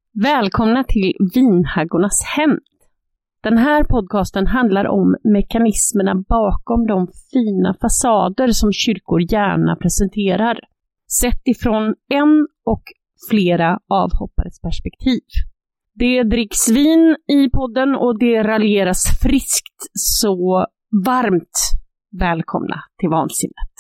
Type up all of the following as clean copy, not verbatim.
Välkomna till Vinhaggornas hämnd. Den här podcasten handlar om mekanismerna bakom de fina fasader som kyrkor gärna presenterar, sett ifrån en och flera avhoppares perspektiv. Det dricks vin i podden och det raljeras friskt, så varmt välkomna till vansinnet.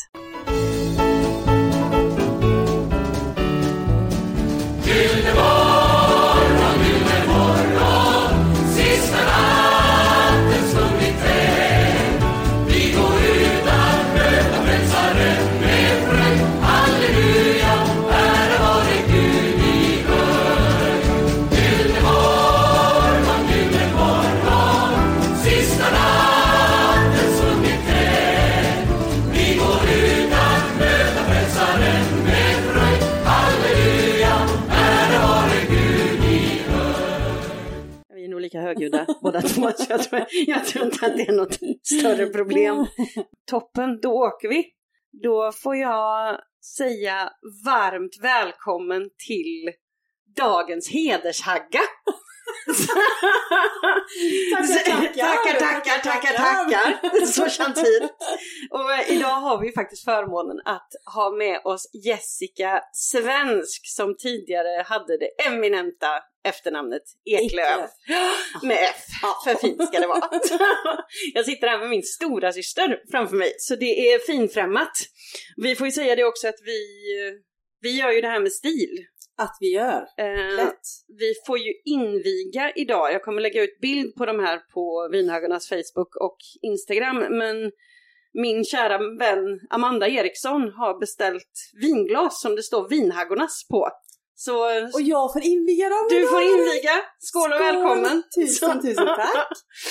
Lika högljudda båda två, så jag tror inte att det är något större problem. Toppen, då åker vi. Då får jag säga varmt välkommen till dagens hedershagga. Tackar. Så gentil. Och idag har vi faktiskt förmånen att ha med oss Jessica Svensk, som tidigare hade det eminenta efternamnet Eklöf. Med F, för fint ska det vara. Jag sitter här med min stora syster framför mig, så det är finfrämmat. Vi får ju säga det också att vi gör ju det här med stil. Att vi gör. Lätt. Vi får ju inviga idag. Jag kommer lägga ut bild på de här på Vinhaggornas Facebook och Instagram. Men min kära vän Amanda Eriksson har beställt vinglas som det står Vinhaggornas på. Så, och jag får inviga dem. Du får inviga. Skål och välkommen. Tusen tack.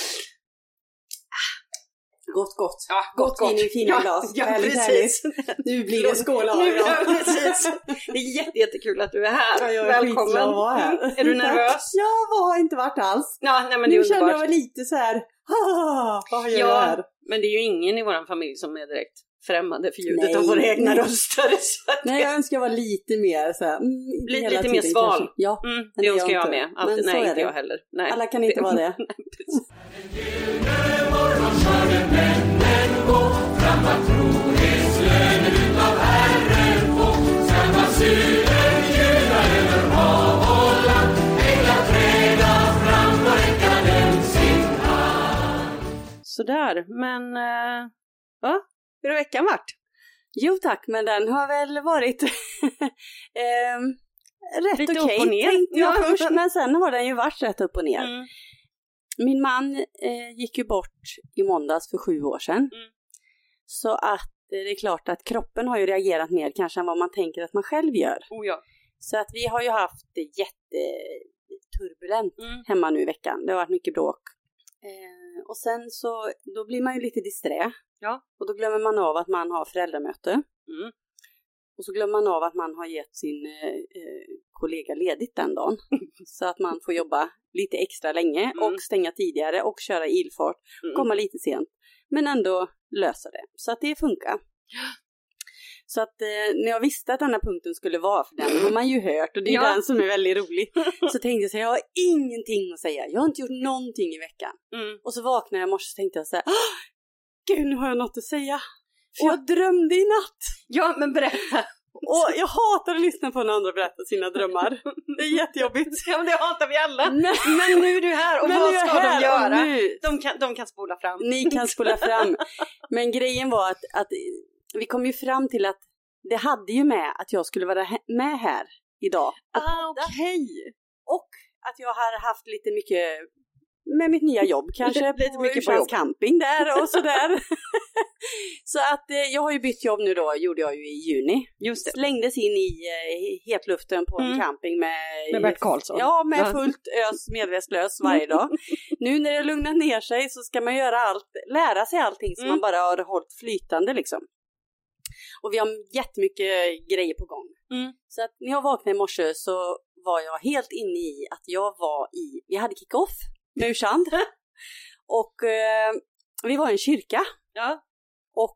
Gott. Ja, gott in i fina glas. Ja, precis. Nu blir det skål. Precis. Det är jättekul att du är här. Ja, jag är välkommen. Att vara här. Är du nervös? Jag har inte varit alls. Ja, nej, men det är nu underbart. känner jag lite så här. Vad gör jag här? Men det är ju ingen i vår familj som är direkt främmande för ljudet av våra egna röster. Nej, jag önskar vara lite mer så här, lite mer sval. Kanske. Ja, det önskar jag med. Alltid, nej, inte jag heller. Nej. Alla kan inte vara det. Sådär, men hur har veckan varit? Jo tack, men den har väl varit rätt okej, upp och ner. Tänkte jag först, men sen har den ju varit rätt upp och ner. Min man gick ju bort i måndags för 7 år sedan. Så att det är klart att kroppen har ju reagerat mer kanske än vad man tänker att man själv gör. Oh ja. Så att vi har ju haft det jätteturbulent hemma nu i veckan. Det har varit mycket bråk. Och sen så, då blir man ju lite disträ. Ja. Och då glömmer man av att man har föräldramöte. Och så glömmer man av att man har gett sin kollega ledigt den dagen. Så att man får jobba lite extra länge och stänga tidigare och köra ilfart. Komma lite sent. Men ändå lösa det. Så att det funkar. Så att när jag visste att den här punkten skulle vara, för den har man ju hört och det är den som är väldigt rolig. Så tänkte jag så här, jag har ingenting att säga. Jag har inte gjort någonting i veckan. Och så vaknade jag i morse och tänkte jag så här, gud, nu har jag något att säga. För jag drömde i natt. Ja, men berätta. Och jag hatar att lyssna på när andra berättar sina drömmar. Det är jättejobbigt. Ja, men det hatar vi alla. Men nu är du här och vad ska de göra? De kan spola fram. Ni kan spola fram. Men grejen var att vi kom ju fram till att det hade ju med att jag skulle vara med här idag. Okej. Och att jag har haft lite mycket med mitt nya jobb kanske. Lite mycket på camping där och sådär. Så att jag har ju bytt jobb nu då, gjorde jag ju i juni. Just det. Slängdes in i hetluften på en camping med Bert Karlsson. Ja, med fullt ös medvetslös varje dag. Nu när det lugnar ner sig så ska man göra lära sig allting som man bara har hållit flytande liksom. Och vi har jättemycket grejer på gång. Så att när jag vaknade i morse så var jag helt inne i att vi hade kick-off med Ursand. Och vi var i en kyrka. Ja. Och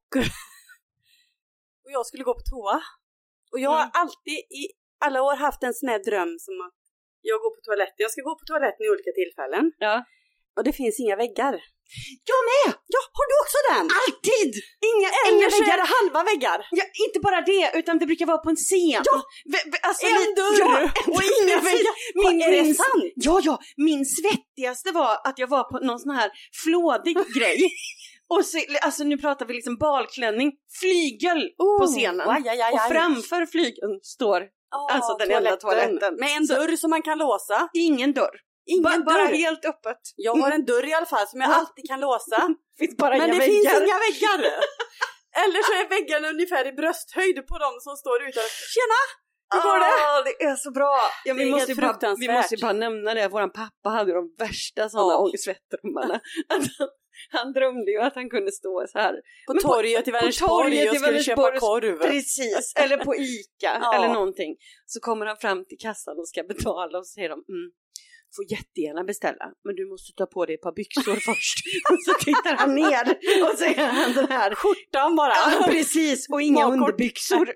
jag skulle gå på toa. Och jag har alltid i alla år haft en sån här dröm som att jag går på toaletten. Jag ska gå på toaletten i olika tillfällen. Ja. Och det finns inga väggar. Jag med! Ja, har du också den? Alltid! Inga Eller väggar. är det halva väggar? Ja, inte bara det, utan det brukar vara på en scen. Ja, alltså, en dörr och inga väggar. Är det sant? Ja, min svettigaste var att jag var på någon sån här flådig grej. Och så, alltså nu pratar vi liksom balklänning, flygel på scenen. Och framför flygeln står alltså den enda toaletten. Med en dörr som man kan låsa. Ingen dörr. Bara helt öppet. Jag har en dörr i alla fall som jag alltid kan låsa. Finns bara men inga det väggar. Finns inga väggar. Eller så är väggarna ungefär i brösthöjd på de som står utanför. Tjena! Hur går det? Det är så bra. Ja, vi måste bara nämna det. Våran pappa hade de värsta sådana ångestsvettrummarna. Han drömde ju att han kunde stå så här på torget i Vänersborg och skulle köpa korv. Precis, eller på Ica eller någonting. Så kommer han fram till kassan och ska betala och så säger de får jättegärna beställa, men du måste ta på dig ett par byxor först. Och så tittar han ner och så är han den här skjortan bara. Ja, precis, och inga underbyxor.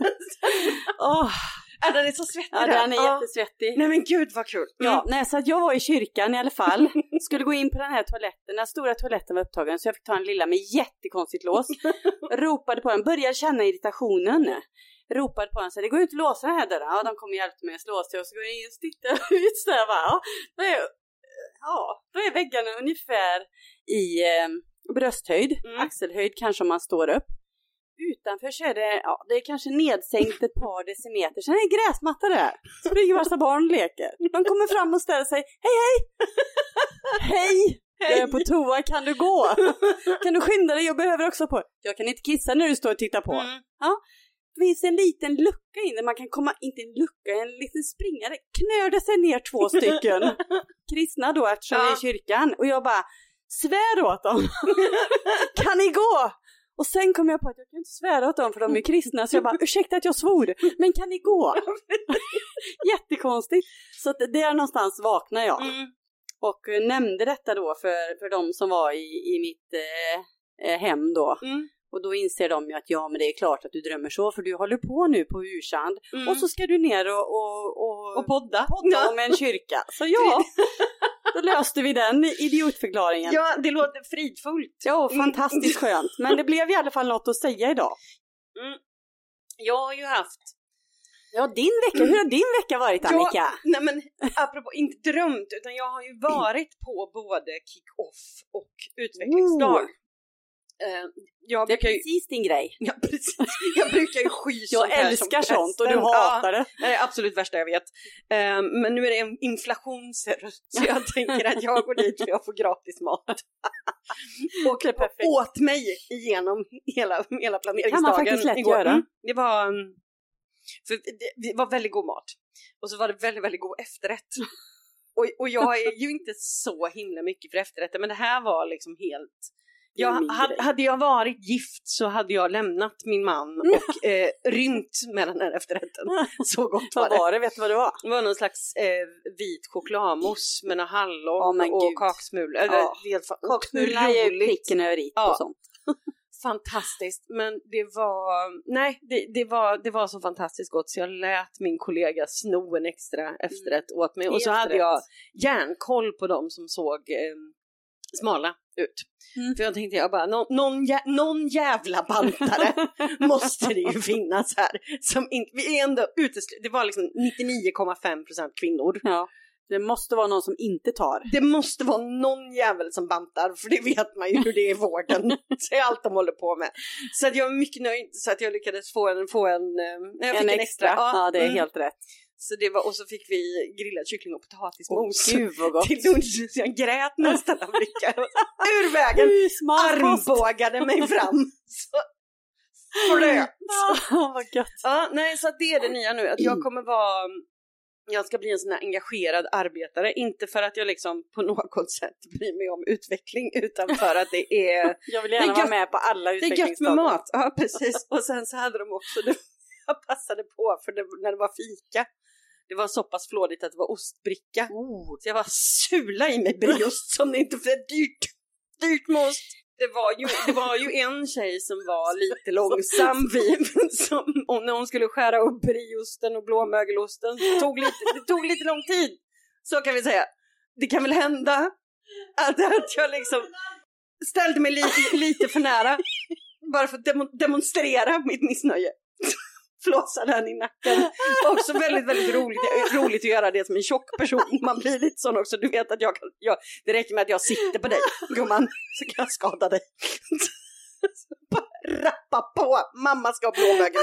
Den är så svettig. Ja, den är jättesvettig. Nej men gud vad kul. Så att jag var i kyrkan i alla fall. Skulle gå in på den här toaletten. Den stora toaletten var upptagen, så jag fick ta en lilla med jättekonstigt lås. Ropade på den, började känna irritationen. Ropade på den, så det går ju inte att låsa den här dörren. Ja, de kommer hjälpa mig att låsa, och så går jag in och tittar ut så här, va? Då är väggarna ungefär i brösthöjd, axelhöjd kanske om man står upp. Utanför så är det är kanske nedsänkt ett par decimeter. Sen är det gräsmatta där. Springer massa barn och leker. De kommer fram och ställer sig. Hej! Jag är på toa, kan du gå? Kan du skynda dig? Jag behöver också på. Jag kan inte kissa när du står och tittar på. Ja. Det finns en liten lucka in där man kan komma, inte en lucka, en liten springare. Knörde sig ner 2 stycken kristna då, eftersom vi är i kyrkan. Och jag bara svär åt dem. Kan ni gå? Och sen kom jag på att jag kan inte svära åt dem för de är kristna. Så jag bara, ursäkta att jag svor, men kan ni gå? Jättekonstigt. Så att där någonstans vaknade jag. Och nämnde detta då för de som var i mitt hem då. Och då inser de ju att men det är klart att du drömmer så, för du håller på nu på Ursand. Och så ska du ner och podda om en kyrka. Så då löste vi den idiotförklaringen. Ja, det låter fridfullt. Ja, fantastiskt skönt. Men det blev i alla fall något att säga idag. Jag har ju haft... Ja, din vecka. Hur har din vecka varit, Annika? Nej men, apropå inte drömt, utan jag har ju varit på både kick-off och utvecklingsdag. Det är precis din grej. Ja, precis. Jag brukar ju sky jag älskar sånt och du hatar det. Det är det absolut värsta jag vet. Men nu är det en inflation, så jag tänker att jag går dit och jag får gratis mat. Och åt mig igenom hela planeringsdagen. Kan man faktiskt lätt göra. Det var väldigt god mat. Och så var det väldigt, väldigt god efterrätt. Och jag är ju inte så himla mycket för efterrätter, men det här var liksom helt... Hade jag varit gift så hade jag lämnat min man och rymt med den här efterrätten. Så gott var det. Vad var det? Vet du vad det var? Det var någon slags vit chokladmousse med några hallon och kaksmulor. Kaksmulorna är ju pricken över i och sånt. Fantastiskt, men det var så fantastiskt gott så jag lät min kollega sno en extra efterrätt åt mig. Och så hade jag järnkoll på dem som såg smala ut. För jag tänkte någon jävla bantare måste det ju finnas här. Som vi är ändå det var liksom 99,5% kvinnor. Ja. Det måste vara någon som inte tar. Det måste vara någon jävel som bantar, för det vet man ju hur det är i vården. Så är allt de håller på med. Så att jag är mycket nöjd så att jag lyckades få en extra. Ja, det är helt rätt. Så det var, och så fick vi grillad kyckling och potatismos. Gud vad gott. Till lunch, så jag grät nästan av lycka. Ur vägen, armbågade mig fram. Så flöt. Vad gött. Ja, nej, så det är det nya nu. Att jag ska bli en sån här engagerad arbetare. Inte för att jag liksom på något sätt bryr mig om utveckling, utan för att det är... Jag vill gärna vara med på alla utvecklingsdagar. Det är gött med mat, ja precis. Och sen så hade de också... Jag passade på för när det var fika. Det var så pass flådigt att det var ostbricka. Så jag var sula i mig briost som det inte för dyrt med ost. Det var ju en tjej som var lite långsam och när hon skulle skära upp briosten och blåmögelosten det tog lite lång tid. Så kan vi säga. Det kan väl hända att jag liksom ställde mig lite för nära. Bara för att demonstrera mitt missnöje. Flåsa den i nacken. Också väldigt, väldigt roligt att göra det som en tjock person. Man blir lite sån också. Du vet att det räcker med att jag sitter på dig, gumman, så kan jag skada dig. Bara rappa på. Mamma ska ha blåbögen.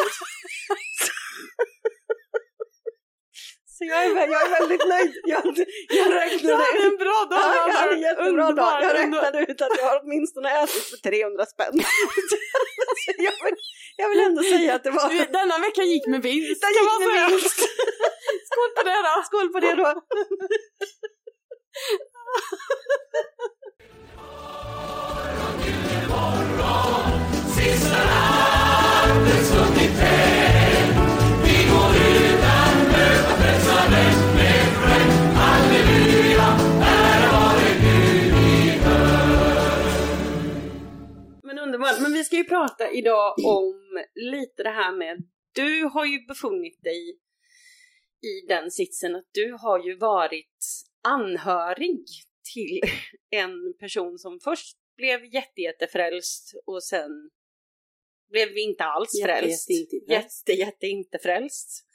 Så jag är väldigt nöjd. Jag räknade ut en bra dag. Ja, jag hade en jättebra dag. Jag räknade ut att jag har åtminstone ätit för 300 spänn. Jag vill ändå säga att det var... Denna veckan gick med vinst. Den gick med vinst. Skål på det då. Skål på det då. Men underbart. Men vi ska ju prata idag om lite det här med... Du har ju befunnit dig i den sitsen att du har ju varit anhörig till en person som först blev jättefrälst och sen blev vi inte alls frälst. Inte frälst.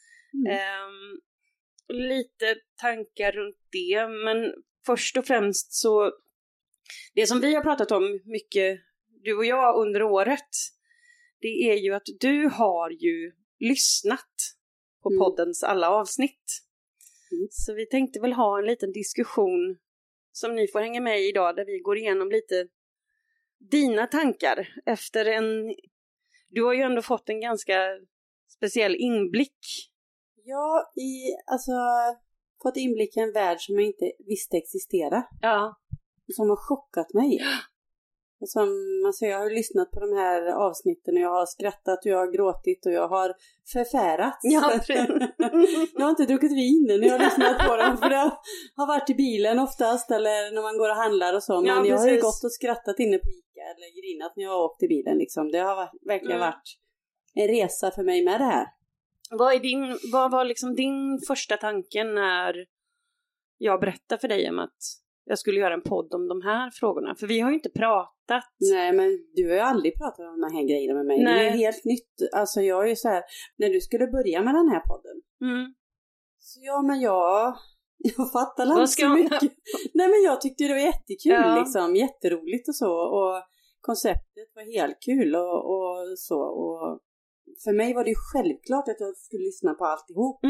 Lite tankar runt det, men först och främst så det som vi har pratat om mycket, du och jag, under året, det är ju att du har ju lyssnat på poddens alla avsnitt. Så vi tänkte väl ha en liten diskussion som ni får hänga med i idag, där vi går igenom lite dina tankar efter du har ju ändå fått en ganska speciell inblick. Ja, fått inblick i en värld som jag inte visste existera. Ja. Som har chockat mig. Jag har lyssnat på de här avsnitten och jag har skrattat och jag har gråtit och jag har förfärats. Ja, jag har inte druckit vin när jag har lyssnat på dem, för det har varit i bilen oftast eller när man går och handlar och så. Men jag har ju gått och skrattat inne på Ica eller grinat när jag har åkt i bilen. Liksom. Det har verkligen varit en resa för mig med det här. Vad var liksom din första tanken när jag berättade för dig om att jag skulle göra en podd om de här frågorna? För vi har ju inte pratat. Nej, men du har ju aldrig pratat om de här grejerna med mig. Nej. Det är helt nytt. Alltså jag är ju så här, när du skulle börja med den här podden. Så jag fattar inte så mycket. Nej, men jag tyckte det var jättekul liksom. Jätteroligt och så. Och konceptet var helt kul och så. Och för mig var det ju självklart att jag skulle lyssna på alltihop.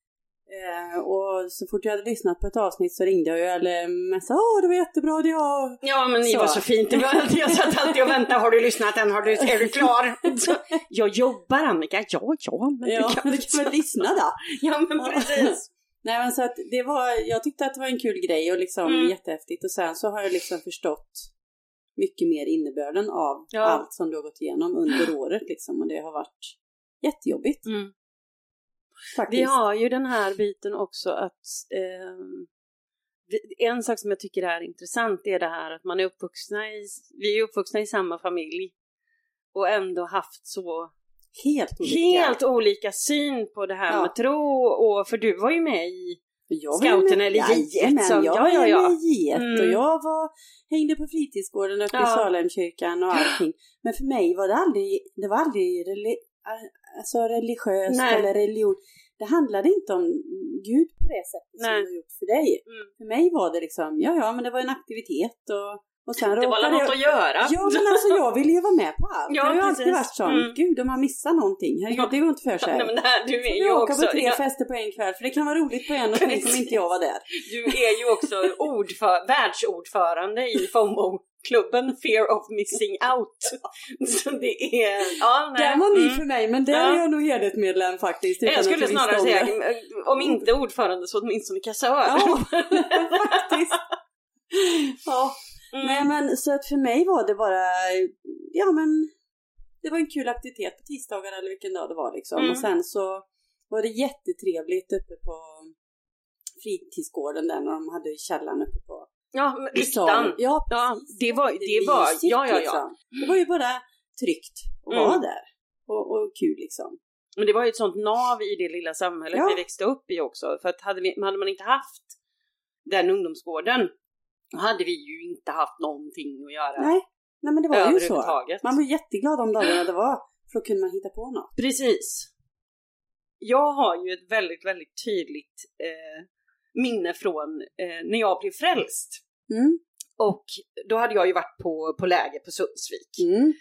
Och så fort jag hade lyssnat på ett avsnitt så ringde jag ju eller messade, det var jättebra det jag... Ja, men det var så fint. Jag satt alltid och väntade, har du lyssnat än? Är du klar? Så, jag jobbar, Annika. Men du kan väl lyssna då. Ja, men precis. Nej, men så att jag tyckte att det var en kul grej och liksom jättehäftigt. Och sen så har jag liksom förstått mycket mer innebörden av allt som du har gått igenom under året liksom. Och det har varit jättejobbigt. Faktiskt. Vi har ju den här biten också att en sak som jag tycker är intressant är det här att man är vi är uppvuxna i samma familj och ändå haft så helt olika syn på det här med tro. Och för du var ju med i Scouterna eller J1. Jag var med i J1 och jag hängde på fritidsgården uppe i Salemkyrkan och allting. Men för mig var det var aldrig religiöst eller religion. Det handlade inte om Gud på det sättet som det har gjort för dig. För mig var det liksom, men det var en aktivitet och sen det var något att göra. Ja, men alltså jag ville ju vara med på allt. Jag har ju alltid varit sån, Gud, om man missar någonting. Det går inte för sig. Men du är ju åka på 3 fester på en kväll, för det kan vara roligt på en och tänk om inte jag var där. Du är ju också världsordförande i FOMO-klubben, Fear of Missing Out. Så det är... Det var ny för mig, men där är jag nog hedersmedlem faktiskt. Jag skulle snarare säga, om inte ordförande så åtminstone kassör. Ja, faktiskt. Ja. Nej, men så att för mig var det bara det var en kul aktivitet på tisdagar eller vilken dag det var liksom. Och sen så var det jättetrevligt uppe på fritidsgården där när de hade källaren uppe på riktan. Det var liksom. Det var ju bara tryggt att vara där och kul liksom. Men det var ju ett sånt nav i det lilla samhället vi växte upp i också, för att hade man inte haft den ungdomsgården, då hade vi ju inte haft någonting att göra. Nej men det var ju så. Man var jätteglad om dagarna det var, för då kunde man hitta på något. Precis. Jag har ju ett väldigt, väldigt tydligt minne från när jag blev frälst. Och då hade jag ju varit på läger på Sundsvik.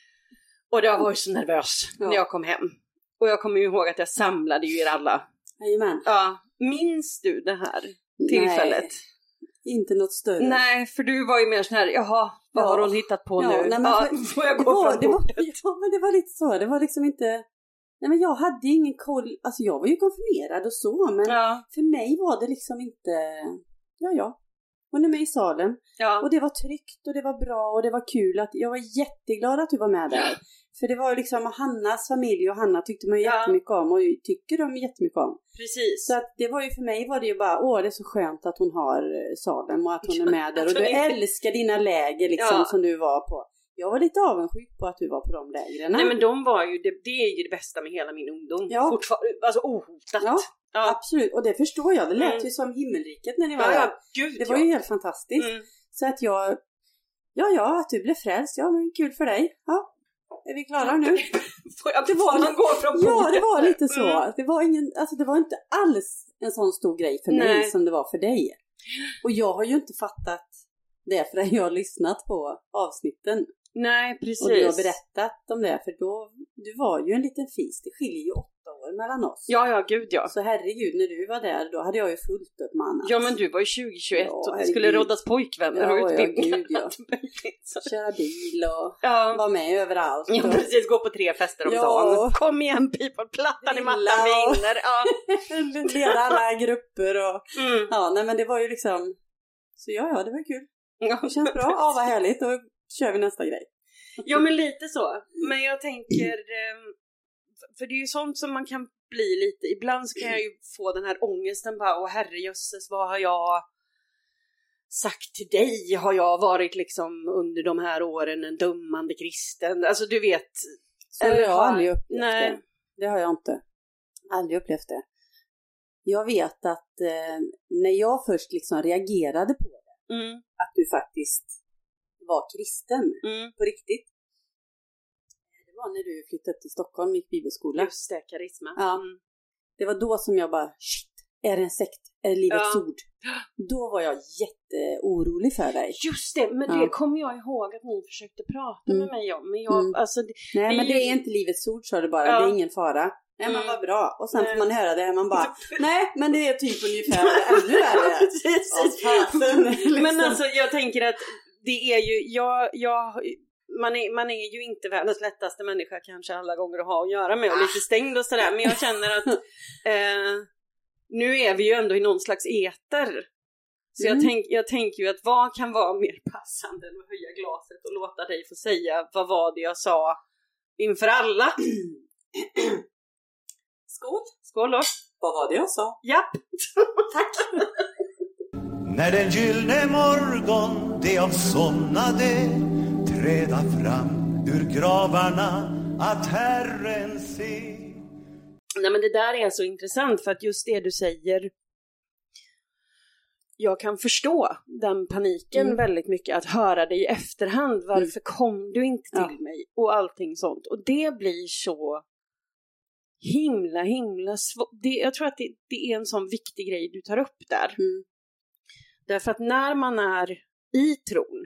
Och jag var ju så nervös när jag kom hem. Och jag kommer ju ihåg att jag samlade ju er alla. Jajamän. Ja, minns du det här tillfället? Nej, inte något större. Nej, för du var ju mer sån här, jaha, vad har hon hittat på nu? Nej, men får jag gå från bordet? Ja, men det var lite så. Det var liksom inte... Nej, men jag hade ingen koll. Alltså jag var ju konfirmerad och så, men för mig var det liksom inte... Ja. Hon är med i salen. Ja. Och det var tryggt och det var bra och det var kul. Jag var jätteglad att du var med där. För det var liksom Hannas familj och Hanna tyckte man jättemycket om och tycker de jättemycket om. Precis. Så att det var ju för mig var det ju bara, det är så skönt att hon har salen och att hon är med där. Och du älskar dina läger liksom som du var på. Jag var lite avundsjuk på att du var på de lägren. Nej men de var ju, det är ju det bästa med hela min ungdom. Ja. Fortfarande, alltså ohotat. Ja, absolut. Och det förstår jag. Det lät ju som himmelriket när ni var där. Gud, det var ju helt fantastiskt. Så att jag, att du blev frälst. Ja, men kul för dig. Ja, är vi klara nu? Får man gå från bordet? Ja, det var lite så. Det var det var inte alls en sån stor grej för mig som det var för dig. Och jag har ju inte fattat det för att jag har lyssnat på avsnitten. Nej, precis. Och du har berättat om det, för då, du var ju en liten fis. Det skiljer ju 8 år mellan oss. Ja, gud ja. Så herregud, när du var där, då hade jag ju fullt upp med annat. Ja, men du var ju 2021 och det skulle rådas pojkvänner och utbildningar. Ja. Köra bil och vara med överallt. Ja, precis. Gå på 3 fester om dagen. Kom igen, people. Plattan i mattan vinner. Ja. Leda alla grupper och... Ja, nej men det var ju liksom... Så ja, det var kul. Det känns bra. Ja, vad härligt. Då kör vi nästa grej. Ja, men lite så. Men jag tänker... För det är ju sånt som man kan bli lite... Ibland ska jag ju få den här ångesten. Bara, åh herrejösses, vad har jag sagt till dig? Har jag varit liksom under de här åren en dömande kristen? Alltså du vet... Så eller jag har aldrig upplevt det. Det har jag inte. Aldrig upplevt det. Jag vet att när jag först liksom reagerade på det. Att du faktiskt var kristen på riktigt. Det var när du flyttade upp till Stockholm, gick bibelskola. Just det, karisma. Ja. Det var då som jag bara, shit, är det en sekt? Är det livets ord? Då var jag jätteorolig för dig. Just det, men det kommer jag ihåg att ni försökte prata med mig om. Men jag, alltså, nej, men det är inte livets ord, sa du bara. Det är ingen fara. Nej, men vad bra. Och sen får man höra det, man bara, nej, men det är typ ungefär ännu värre. Men alltså, jag tänker att det är ju, man är ju inte världens lättaste människa kanske alla gånger att ha att göra med och lite stängd och sådär. Men jag känner att nu är vi ju ändå i någon slags eter. Så jag tänker ju att vad kan vara mer passande än att höja glaset och låta dig få säga vad var det jag sa inför alla. Skål. Skål då. Vad var det jag sa? Japp. Tack. När den gyllene morgon de avsomnade träda fram ur gravarna att Herren se. Nej, men det där är så intressant för att just det du säger, jag kan förstå den paniken väldigt mycket, att höra dig i efterhand. Varför kom du inte till mig? Och allting sånt. Och det blir så himla svårt. Jag tror att det är en sån viktig grej du tar upp där. Därför att när man är i tron,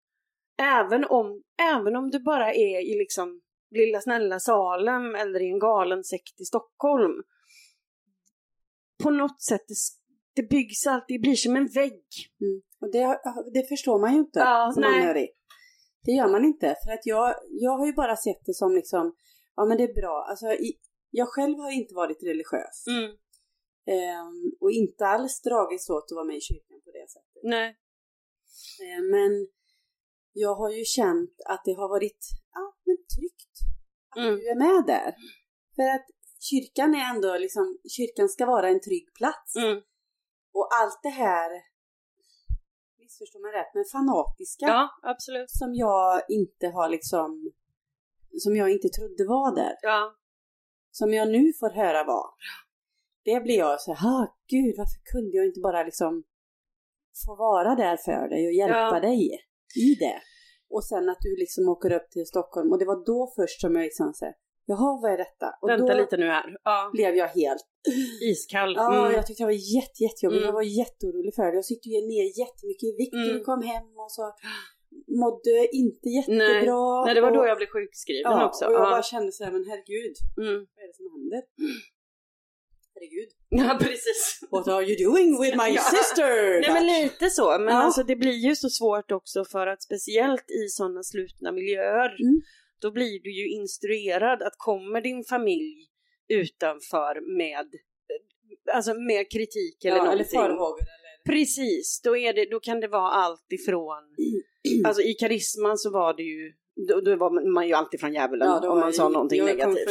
även om du bara är i liksom lilla snälla Salem eller i en galen sekt i Stockholm, på något sätt det byggs alltid, det blir som en vägg. Och det förstår man ju inte som anhörig. Det gör man inte, för att jag har ju bara sett det som liksom, ja men det är bra. Alltså jag själv har inte varit religiös. Och inte alls dragits åt att vara med i kyrkan på det sättet. Nej. Men jag har ju känt att det har varit tryggt att du är med där. För att kyrkan är ändå liksom, kyrkan ska vara en trygg plats. Och allt det här, missförstår man rätt, men fanatiska. Ja, absolut. Som jag inte har liksom, som jag inte trodde var där. Ja. Som jag nu får höra var. Det blir jag så här, gud, varför kunde jag inte bara liksom få vara där för dig och hjälpa dig i det. Och sen att du liksom åker upp till Stockholm. Och det var då först som jag liksom sa, jaha, vad är detta? Och vänta lite nu här. Blev jag helt iskall. Ja, jag tyckte det var jättejobbigt. Jag var jätteorolig för det. Jag sitter ju ner jättemycket i vikt. Och kom hem och så mådde inte jättebra. Nej, det var då jag blev sjukskriven också. Och jag bara kände så här, men herregud, vad är det som händer? Herregud. Ja, precis. What are you doing with my sister? Nej, men lite så. Men alltså det blir ju så svårt också för att speciellt i sådana slutna miljöer då blir du ju instruerad att kommer din familj utanför med kritik eller någonting. Eller farhågor. Precis, då kan det vara allt ifrån alltså i karisman så var det ju då var man ju alltid från djävulen om man sa någonting negativt.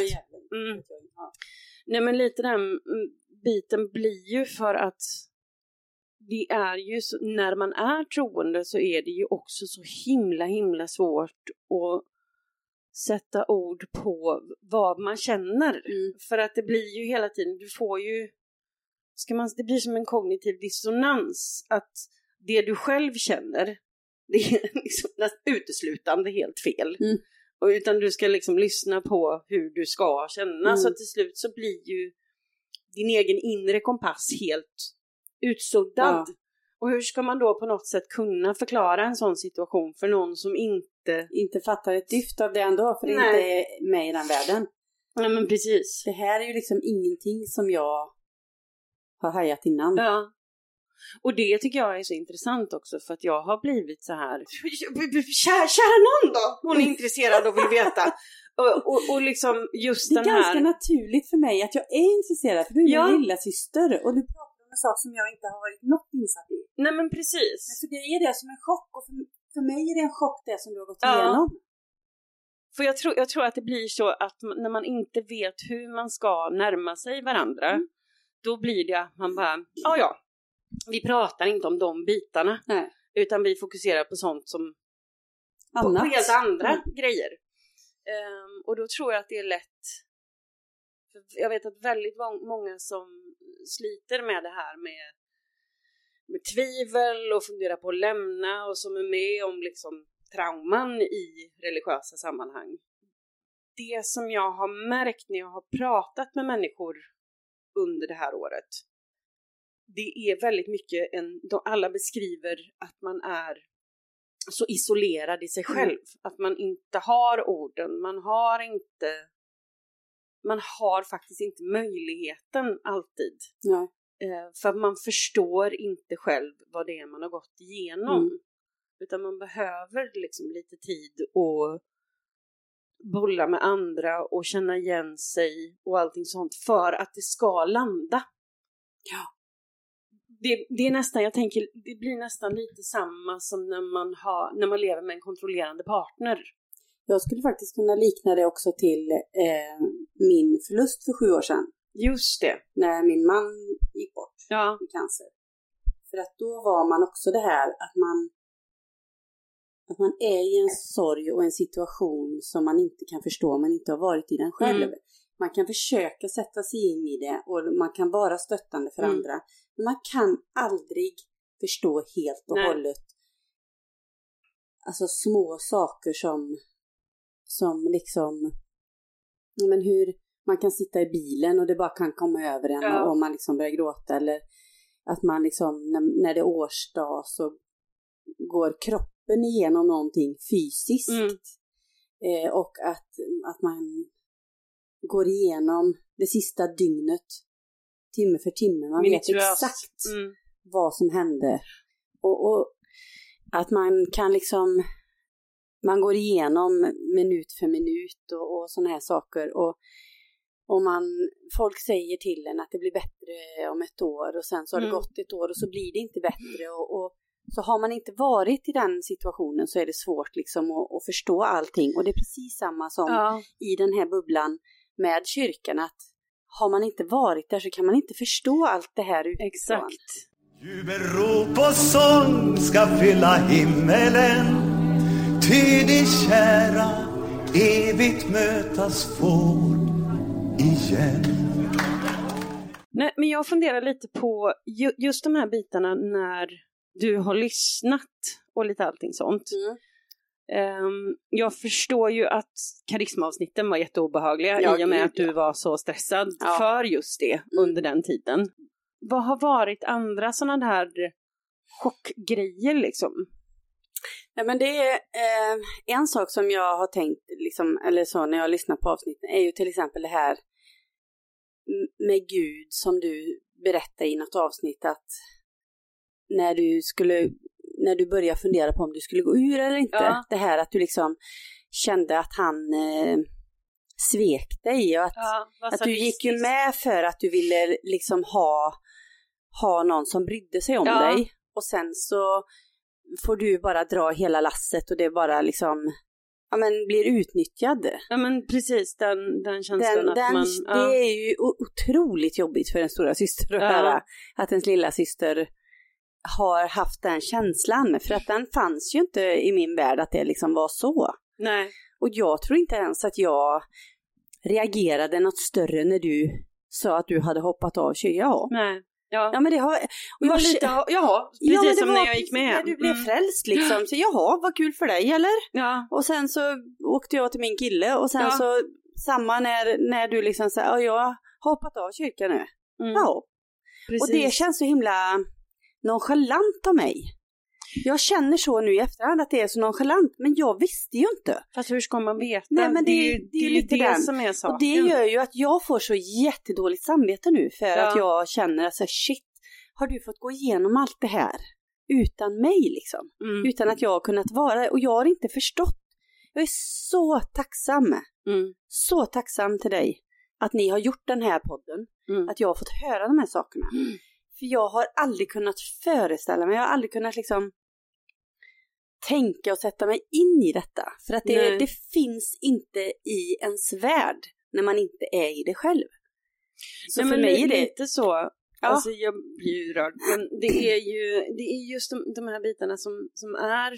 Nej, men lite den biten blir ju för att det är ju så, när man är troende så är det ju också så himla svårt att sätta ord på vad man känner. För att det blir ju hela tiden, du får ju det blir som en kognitiv dissonans att det du själv känner det är liksom uteslutande helt fel. Utan du ska liksom lyssna på hur du ska känna. Så till slut så blir ju din egen inre kompass helt utsuddad. Och hur ska man då på något sätt kunna förklara en sån situation för någon som inte fattar ett dyft av det ändå, för det inte är med i den världen. Ja, men precis. Det här är ju liksom ingenting som jag har hajat innan. Ja. Och det tycker jag är så intressant också, för att jag har blivit så här kära någon då, hon är intresserad och vill veta. Och liksom just den här. Det är ganska naturligt för mig att jag är intresserad, för du är min lilla syster och du pratar om en sak som jag inte har varit något insatt i. Nej, men precis. Men för dig är det som en chock, och för mig är det en chock det som du har gått igenom. För jag tror att det blir så att när man inte vet hur man ska närma sig varandra, då blir det att man bara, vi pratar inte om de bitarna. Nej. Utan vi fokuserar på sånt som på helt andra grejer. Och då tror jag att det är lätt. Jag vet att väldigt många som sliter med det här med tvivel och funderar på att lämna, och som är med om liksom trauman i religiösa sammanhang. Det som jag har märkt när jag har pratat med människor under det här året, det är väldigt mycket alla beskriver att man är så isolerad i sig själv. Att man inte har orden. Man har faktiskt inte möjligheten alltid. Nej. För man förstår inte själv vad det är man har gått igenom. Utan man behöver liksom lite tid och bolla med andra och känna igen sig och allting sånt för att det ska landa. Ja. Det är nästan, jag tänker, det blir nästan lite samma som när man lever med en kontrollerande partner. Jag skulle faktiskt kunna likna det också till min förlust för 7 år sedan. Just det. När min man gick bort i cancer. För att då var man också det här att man är i en sorg och en situation som man inte kan förstå om man inte har varit i den själv. Man kan försöka sätta sig in i det och man kan vara stöttande för andra. Men man kan aldrig förstå helt och hållet. Alltså små saker som liksom, men hur man kan sitta i bilen och det bara kan komma över en och man liksom börjar gråta, eller att man liksom när det är årsdag så går kroppen igenom någonting fysiskt och att man går igenom det sista dygnet timme för timme, man vet exakt vad som hände och att man kan liksom, man går igenom minut för minut och såna här saker, och folk säger till en att det blir bättre om ett år, och sen så har det gått ett år och så blir det inte bättre, och så har man inte varit i den situationen så är det svårt liksom att förstå allting, och det är precis samma som i den här bubblan med kyrkan, att har man inte varit där så kan man inte förstå allt det här utifrån. Exakt. Jubelrop och sång ska fylla himmelen, ty de kära evigt mötas får igen. Nej, men jag funderar lite på just de här bitarna när du har lyssnat och lite allting sånt. Jag förstår ju att karismaavsnitten var jätteobehagliga i och med att du var så stressad för just det under den tiden. Vad har varit andra sådana här chockgrejer liksom? Ja, men det är en sak som jag har tänkt liksom, eller så när jag lyssnar på avsnitten är ju till exempel det här med Gud som du berättade i något avsnitt att när du började fundera på om du skulle gå ur eller inte, det här att du liksom kände att han svek dig och att du gick ju med för att du ville liksom ha någon som brydde sig om dig och sen så får du bara dra hela lasset och det bara liksom blir utnyttjad. Ja men precis, den känslan att man... Det är ju otroligt jobbigt för en stora syster att höra att ens lilla syster har haft den känslan. För att den fanns ju inte i min värld att det liksom var så. Nej. Och jag tror inte ens att jag reagerade något större när du sa att du hade hoppat av kyrkan. Nej. Ja, men det har... Och jag precis som när jag gick med. När du blev frälst liksom. Så vad kul för dig, eller? Ja. Och sen så åkte jag till min kille och sen så samma när du liksom sa, jag har hoppat av kyrkan nu. Ja. Precis. Och det känns så himla nonchalant av mig. Jag känner så nu i efterhand att det är så nonchalant, men jag visste ju inte. Fast hur ska man veta? Nej, men det är ju lite det som är saken. Och det gör ju att jag får så jättedåligt samvete nu för att jag känner att shit, har du fått gå igenom allt det här utan mig liksom? Utan att jag har kunnat vara, och jag har inte förstått. Jag är så tacksam. Så tacksam till dig att ni har gjort den här podden. Att jag har fått höra de här sakerna. För jag har aldrig kunnat föreställa mig, jag har aldrig kunnat liksom tänka och sätta mig in i detta. För att det finns inte i ens värld när man inte är i det själv. Så för mig är det lite så. Alltså jag blir ju rörd. Men det är just de här bitarna som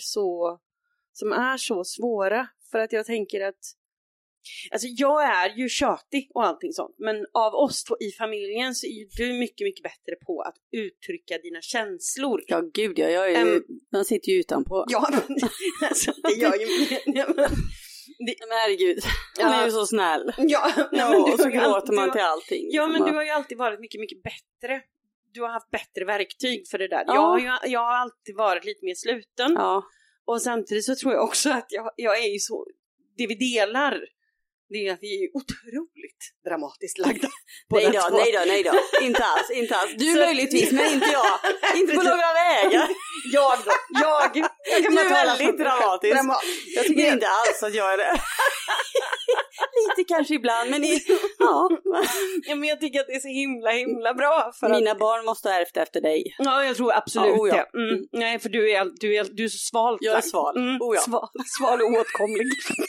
är så svåra. För att jag tänker att alltså jag är ju tjatig och allting sånt. Men av oss två i familjen så är ju du mycket, mycket bättre på att uttrycka dina känslor. Ja, gud, jag sitter ju utanpå. Ja, alltså, det gör ju... Men herregud, han är ju så snäll. Ja, och så gråter man till allting. Ja, men du har ju alltid varit mycket, mycket bättre. Du har haft bättre verktyg för det där. Jag har alltid varit lite mer sluten. Ja. Och samtidigt så tror jag också att jag är ju så... Det vi delar... Det är att vi är otroligt dramatiskt lagda. Nej då. Inte alls. Du möjligtvis, men inte jag. Inte på några vägar. Jag kan du är väldigt dramatisk. Jag tycker inte alls att jag är det. Lite kanske ibland, men men jag tycker att det är så himla bra. För mina barn måste ha ärvt efter dig. Ja, jag tror absolut det. Nej, för du är så sval. Jag är sval. Sval och åtkomlig.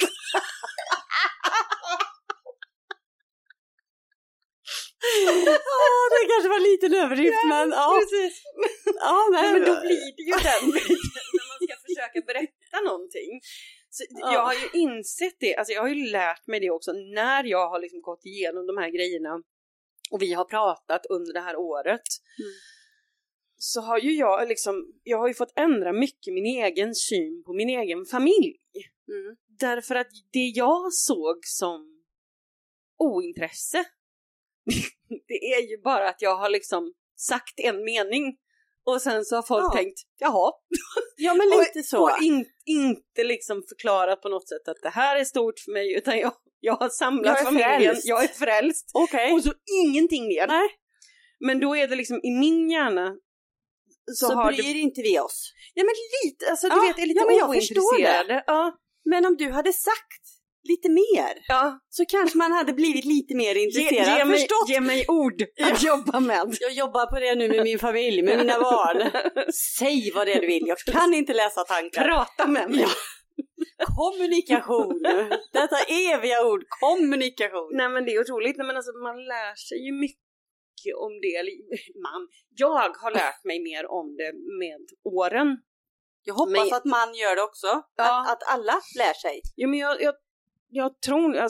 Det kanske var lite överdrift, men precis. Men då blir det ju den när man ska försöka berätta någonting. Så jag har ju insett det, alltså jag har ju lärt mig det också när jag har liksom gått igenom de här grejerna och vi har pratat under det här året. Så har ju jag har ju fått ändra mycket min egen syn på min egen familj. Därför att det jag såg som ointresse, det är ju bara att jag har liksom sagt en mening och sen så har folk tänkt, jaha. Ja, men lite så. Och inte liksom förklarat på något sätt att det här är stort för mig, utan jag har samlat familjen. Jag är frälst. Okay. Och så ingenting mer. Nej. Men då är det liksom i min hjärna så bryr inte vi oss. Ja, men lite, alltså du vet, är lite ointresserade. Ja. Men om du hade sagt lite mer, så kanske man hade blivit lite mer intresserad. Ge mig ord att jobba med. Jag jobbar på det nu med min familj, med mina barn. Säg vad det är du vill, jag kan inte läsa tankar. Prata med mig. Kommunikation. Detta eviga ord, kommunikation. Nej, men det är otroligt. Nej, men alltså, man lär sig ju mycket om det. Jag har lärt mig mer om det med åren. Jag hoppas att man gör det också. Att alla lär sig. Ja, men jag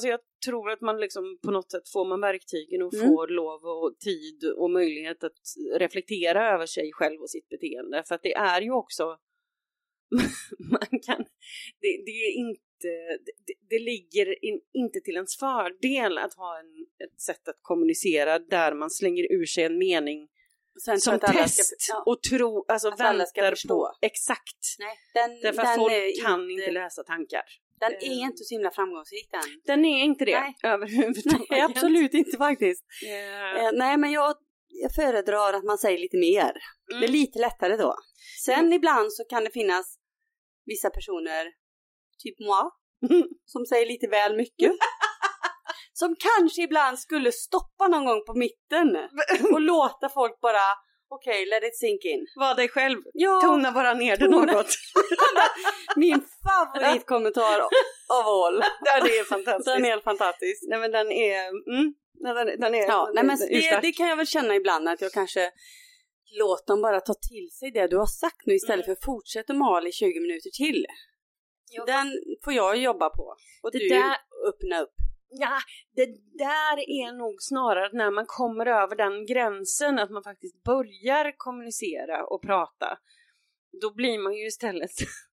tror att man liksom på något sätt får man verktygen och får lov och tid och möjlighet att reflektera över sig själv och sitt beteende. För att det är ju också man kan, det är inte, det ligger inte till ens fördel att ha ett sätt att kommunicera där man slänger ur sig en mening sen som test och tro, alltså väntar på exakt. Nej, därför att folk kan inte läsa tankar. Den är inte så himla framgångsrik den. Den är inte det. Nej. Överhuvudtaget. Nej, absolut inte faktiskt. Nej, men jag föredrar att man säger lite mer. Det är lite lättare då. Sen ibland så kan det finnas vissa personer, typ moi, som säger lite väl mycket. Som kanske ibland skulle stoppa någon gång på mitten och låta folk bara, okej, let it sink in. Var dig själv. Ja. Tona bara ner det något. Min favoritkommentar av all. Den är fantastisk. Den är helt fantastisk. Nej, men den är... den är ja, nej, men det kan jag väl känna ibland att jag kanske låter dem bara ta till sig det du har sagt nu istället för att fortsätta mala i 20 minuter till. Den får jag jobba på. Och det du där... öppna upp. Ja, det där är nog snarare när man kommer över den gränsen att man faktiskt börjar kommunicera och prata. Då blir man ju istället...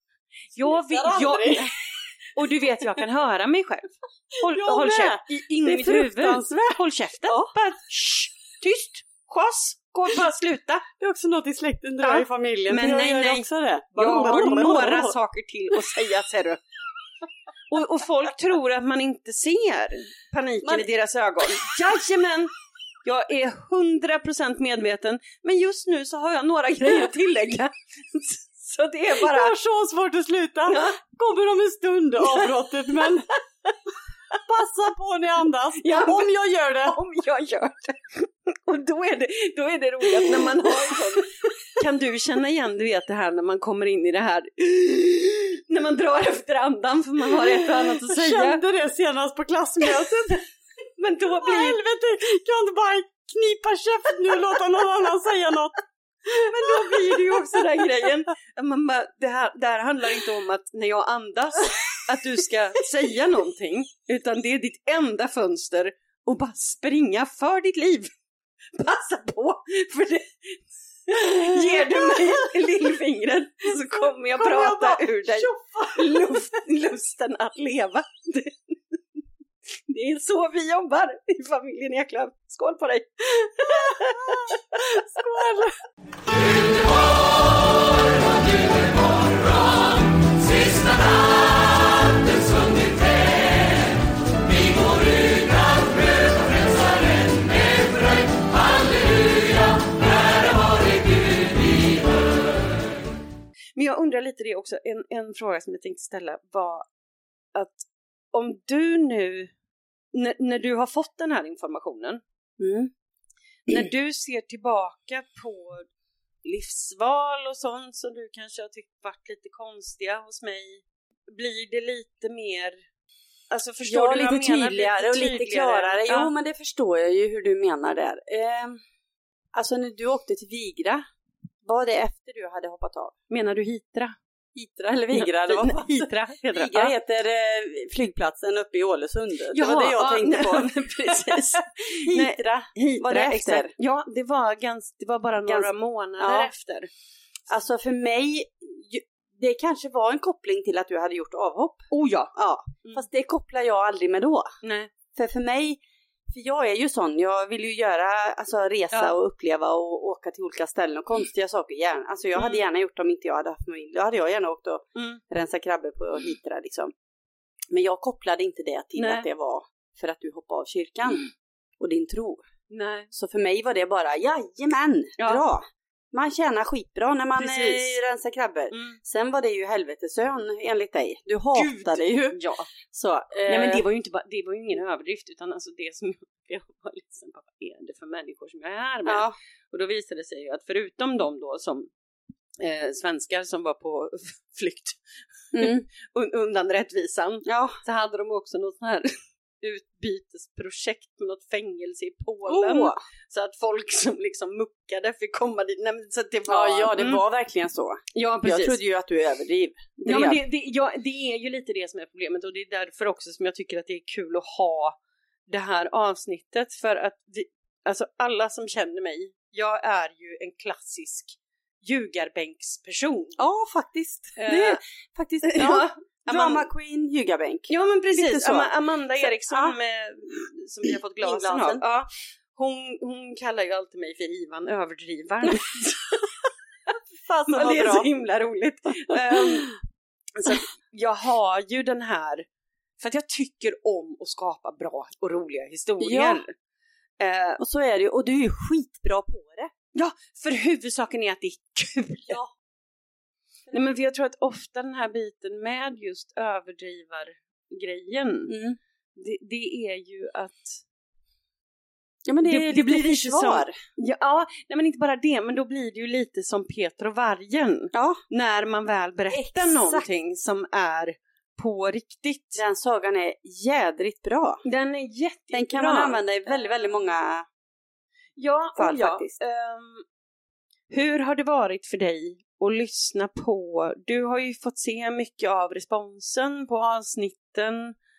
och du vet, jag kan höra mig själv. Håll käften i mitt huvud. Håll käften. Ja. Bara, tyst. Chas. Gå bara sluta. Det är också något i släkten där i familjen. Men nej. Också det. Jag har några saker till att säga, ser du. Och folk tror att man inte ser paniken i deras ögon. Jajamän, jag är 100% medveten. Men just nu så har jag några grejer att tillägga. Så det är bara... Jag har så svårt att sluta. Ja. Kommer om en stund avbrottet, men... Passa på när jag andas. Ja, om jag gör det. Om jag gör det. Och då är det roligt när man har en sån... Kan du känna igen, du vet det här när man kommer in i det här... När man drar efter andan för man har ett och annat att säga. Jag kände det senast på klassmötet. Men då blir... Helvete, kan du bara knipa käft nu och låta någon annan säga något? Men då blir det ju också den grejen. Man bara, det här handlar inte om att när jag andas att du ska säga någonting. Utan det är ditt enda fönster och bara springa för ditt liv. Passa på, för det... Ger du mig lillfingret så kommer jag prata ur dig lusten att leva. Det är så vi jobbar i familjen Eklöf. Skål på dig. Skål. Sista natten svunnit hem. Vi går ut att möta frälsaren med fröjd. Halleluja, ära vare Gud vi hör. Men jag undrar lite det också. En fråga som jag tänkte ställa var att om du nu, när du har fått den här informationen, när du ser tillbaka på livsval och sånt som du kanske har tyckt varit lite konstiga hos mig, blir det lite mer, alltså förstår du vad jag menar? Tydligare och lite klarare. Ja. Jo, men det förstår jag ju hur du menar där. Alltså när du åkte till Vigra, var det efter du hade hoppat av? Menar du Hitra? Hitra eller Vigra? Hitra Vigra heter flygplatsen uppe i Ålesund. Det var det jag tänkte på. Precis. Hitra var det efter. Exakt. Ja, det var bara några månader efter. Alltså för mig, det kanske var en koppling till att du hade gjort avhopp. Oh ja. Fast det kopplar jag aldrig med då. Nej. För mig, för jag är ju sån, jag vill ju göra, alltså resa och uppleva och åka till olika ställen och konstiga saker gärna. Alltså jag hade gärna gjort om inte jag hade haft familj. Då hade jag gärna åkt och rensa krabbor på Hitra liksom. Men jag kopplade inte det till att det var för att du hoppade av kyrkan och din tro. Nej. Så för mig var det bara, jajamän, bra. Man tjänar skitbra när man rensar krabbor. Sen var det ju helvetesön enligt dig. Du hatade ju. Ja. Så, nej, men det var ju inte bara, det var ju ingen överdrift, utan alltså det som jag var liksom, vad är det för människor som jag är här med? Ja. Och då visade det sig ju att förutom de då som svenskar som var på flykt undan rättvisan, så hade de också något sån här utbytesprojekt med något fängelse i Polen. Så att folk som liksom muckade fick komma dit. Nej, så att det var, det var verkligen så. Ja, precis. Jag trodde ju att du överdriv. Ja, men det är ju lite det som är problemet. Och det är därför också som jag tycker att det är kul att ha det här avsnittet för att alltså alla som känner mig, jag är ju en klassisk ljugarbänksperson. Ja, faktiskt. Det är faktiskt, ja. Drama Queen, ljugarbänk. Ja, men precis. Amanda Eriksson som vi har fått glasen av. Ja, hon kallar ju alltid mig för Ivan överdrivaren. Fast det är så himla roligt. Så jag har ju den här, för att jag tycker om att skapa bra och roliga historier. Ja. Och så är det ju, och du är ju skitbra på det. Ja, för huvudsaken är att det är kul. Ja. Nej, men för jag tror att ofta den här biten med just överdrivargrejen, det är ju att ja, men det blir lite svar. Nej, men inte bara det, men då blir det ju lite som Peter och vargen. Ja. När man väl berättar någonting som är på riktigt. Den sagan är jädrigt bra. Den är jättebra. Den kan man använda i väldigt, väldigt många fall faktiskt. Hur har det varit för dig att lyssna på? Du har ju fått se mycket av responsen på avsnitten.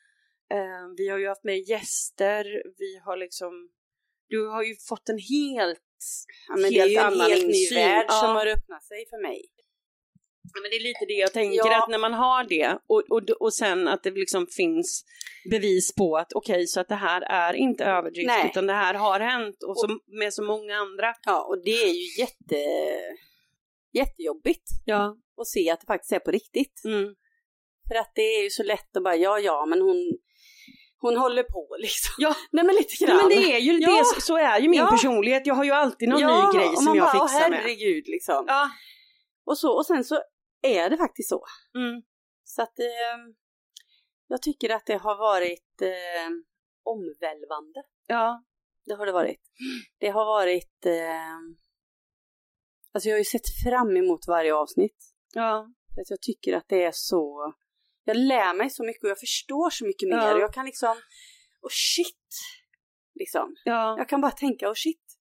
Vi har ju haft med gäster. Vi har du har ju fått en helt ny värld som har öppnat sig för mig. Ja, men det är lite det jag tänker, att när man har det och sen att det liksom finns bevis på att okej, så att det här är inte överdrift, utan det här har hänt och så, med så många andra. Ja, och det är ju jättejobbigt att se att det faktiskt är på riktigt. För att det är ju så lätt att bara, men hon håller på liksom. Ja, nej, men lite grann. Men det är ju det, så är ju min personlighet. Jag har ju alltid någon ny grej som jag fixar med. Herregud liksom. Ja. Och sen så är det faktiskt så. Så att jag tycker att det har varit omvälvande. Ja, det har det varit. Det har varit alltså jag har ju sett fram emot varje avsnitt. Ja. För att jag tycker att det är så, jag lär mig så mycket och jag förstår så mycket mer. Jag kan liksom, liksom. Ja. Jag kan bara tänka,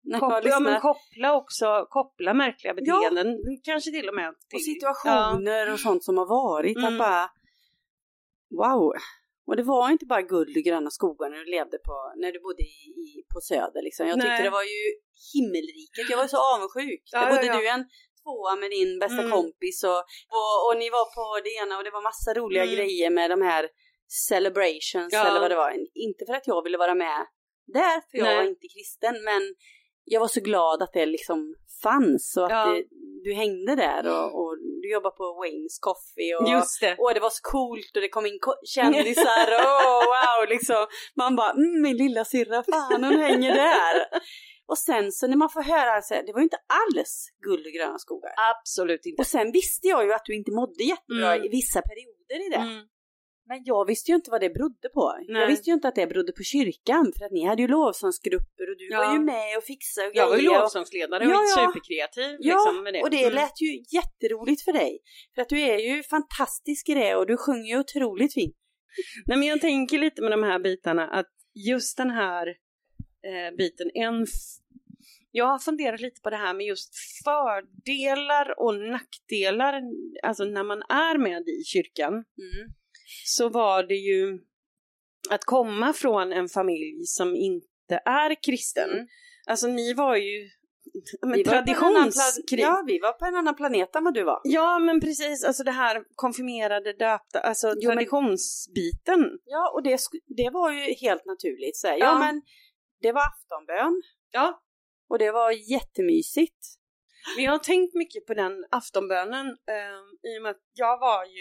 koppla märkliga beteenden. Kanske till och med till. Och situationer och sånt som har varit. Att bara, wow. Och det var inte bara guld och gröna skogar när du bodde på Söder liksom. Jag tyckte det var ju himmelriket. Jag var så avundsjuk. Där bodde du en tvåa med din bästa kompis och ni var på det ena och det var massa roliga grejer med de här celebrations eller vad det var. Inte för att jag ville vara med där, för jag var inte kristen, men jag var så glad att det liksom fanns och att du hängde där och du jobbar på Wayne's Coffee och det var så coolt och det kom in kändisar och wow liksom. Man bara, min lilla syrra, fan hon hänger där. Och sen så när man får höra alltså, det var ju inte alls guld och gröna skogar. Absolut inte. Och sen visste jag ju att du inte mådde jättebra i vissa perioder i det. Men jag visste ju inte vad det berodde på. Nej. Jag visste ju inte att det berodde på kyrkan. För att ni hade ju lovsångsgrupper och du var ju med och fixade och jag var ju lovsångsledare och superkreativ. Liksom, med det. Och det lät ju jätteroligt för dig. För att du är ju fantastisk i det och du sjunger ju otroligt fint. Nej, men jag tänker lite med de här bitarna att just den här biten, jag har funderat lite på det här med just fördelar och nackdelar, alltså när man är med i kyrkan. Så var det ju att komma från en familj som inte är kristen. Alltså ni var ju traditionskrig. Ja, vi var på en annan planet än vad du var. Ja, men precis. Alltså det här konfirmerade, döpta, alltså traditionsbiten. Ja, och det var ju helt naturligt. Så ja, men det var aftonbön. Ja. Och det var jättemysigt. Men jag har tänkt mycket på den aftonbönen i och med att jag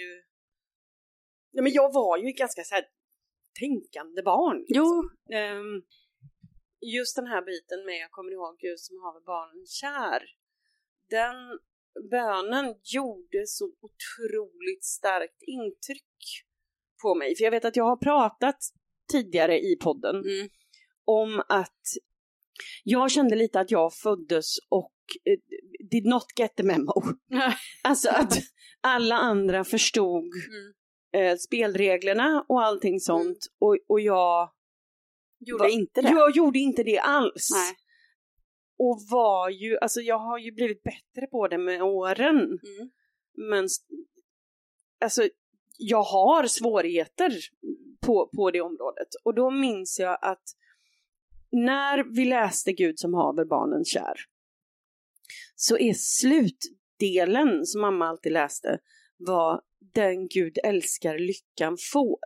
var ju ett ganska så här tänkande barn. Jo. Just den här biten med, jag kommer ihåg Gud som haver barnen kär. Den bönen gjorde så otroligt starkt intryck på mig. För jag vet att jag har pratat tidigare i podden om att jag kände lite att jag föddes och did not get the memo. Alltså att alla andra förstod spelreglerna och allting sånt. Och jag gjorde inte det. Jag gjorde inte det alls. Nej. Och var ju, alltså jag har ju blivit bättre på det med åren. Men alltså jag har svårigheter på det området. Och då minns jag att när vi läste Gud som haver barnen kär, så är slutdelen som mamma alltid läste var den Gud älskar lyckan får.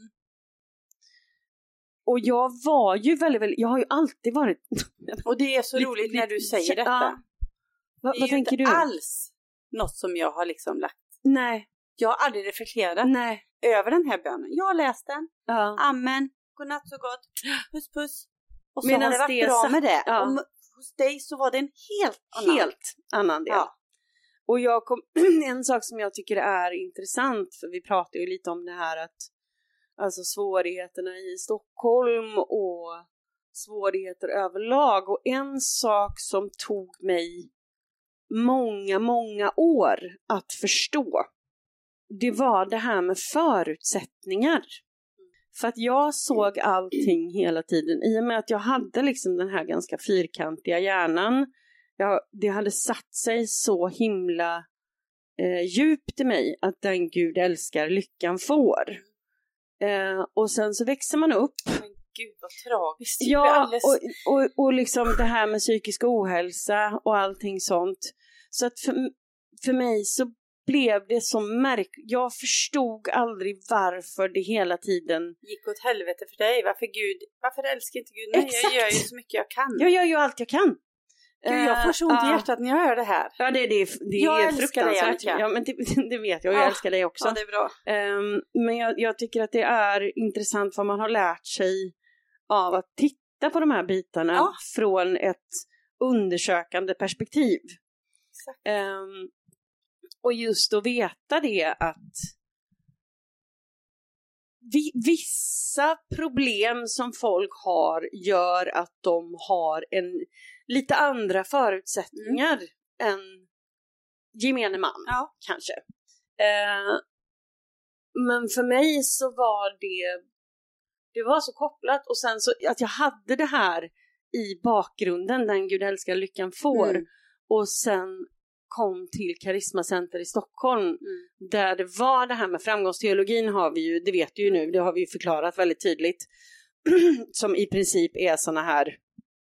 Och jag var ju väldigt, jag har ju alltid varit... Och det är så roligt när du säger detta. Ja. Vad tänker du? Det är inte alls något som jag har liksom lagt. Nej. Jag har aldrig reflekterat över den här bönen. Jag har läst den. Ja. Amen. Godnatt så gott. Puss puss. Och så har det varit bra med det. Ja. Och hos dig så var det en helt annan del. Ja. Och en sak som jag tycker är intressant, för vi pratar ju lite om det här att alltså svårigheterna i Stockholm och svårigheter överlag. Och en sak som tog mig många år att förstå, det var det här med förutsättningar. För att jag såg allting hela tiden. I och med att jag hade liksom den här ganska fyrkantiga hjärnan. Det hade satt sig så himla djupt i mig att den Gud älskar lyckan får. Och sen så växer man upp. Men gud vad tragiskt. Ja, och liksom det här med psykisk ohälsa och allting sånt. Så att för mig så blev det så jag förstod aldrig varför det hela tiden gick åt helvete för dig. Varför älskar inte Gud? Nej, jag gör ju så mycket jag kan. Jag gör ju allt jag kan. Gud, jag får så ont i hjärtat när jag hör det här. Ja, det är fruktansvärt. Ja, men det vet jag. Jag älskar dig också. Ja, det är bra. Men jag tycker att det är intressant vad man har lärt sig av att titta på de här bitarna från ett undersökande perspektiv. Exakt. Och just att veta det att vissa problem som folk har gör att de har lite andra förutsättningar än gemene man, kanske. Men för mig så var det var så kopplat, och sen så att jag hade det här i bakgrunden, den Gud älskar lyckan får, och sen kom till Karismacenter i Stockholm, där det var det här med framgångsteologin har vi ju, det vet du ju nu, det har vi ju förklarat väldigt tydligt, som i princip är såna här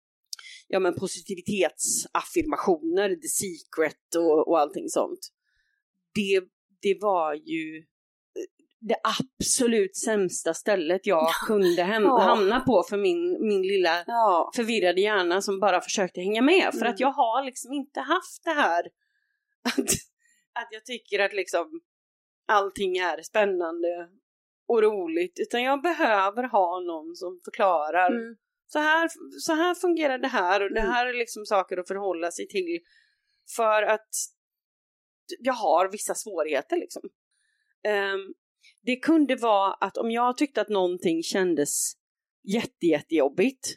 positivitetsaffirmationer, The Secret och allting sånt. Det var ju det absolut sämsta stället jag kunde hamna på för min lilla förvirrade hjärna som bara försökte hänga med. För att jag har liksom inte haft det här att jag tycker att liksom allting är spännande och roligt, utan jag behöver ha någon som förklarar så här fungerar det här, och det här är liksom saker att förhålla sig till, för att jag har vissa svårigheter liksom. Det kunde vara att om jag tyckte att någonting kändes jättejobbigt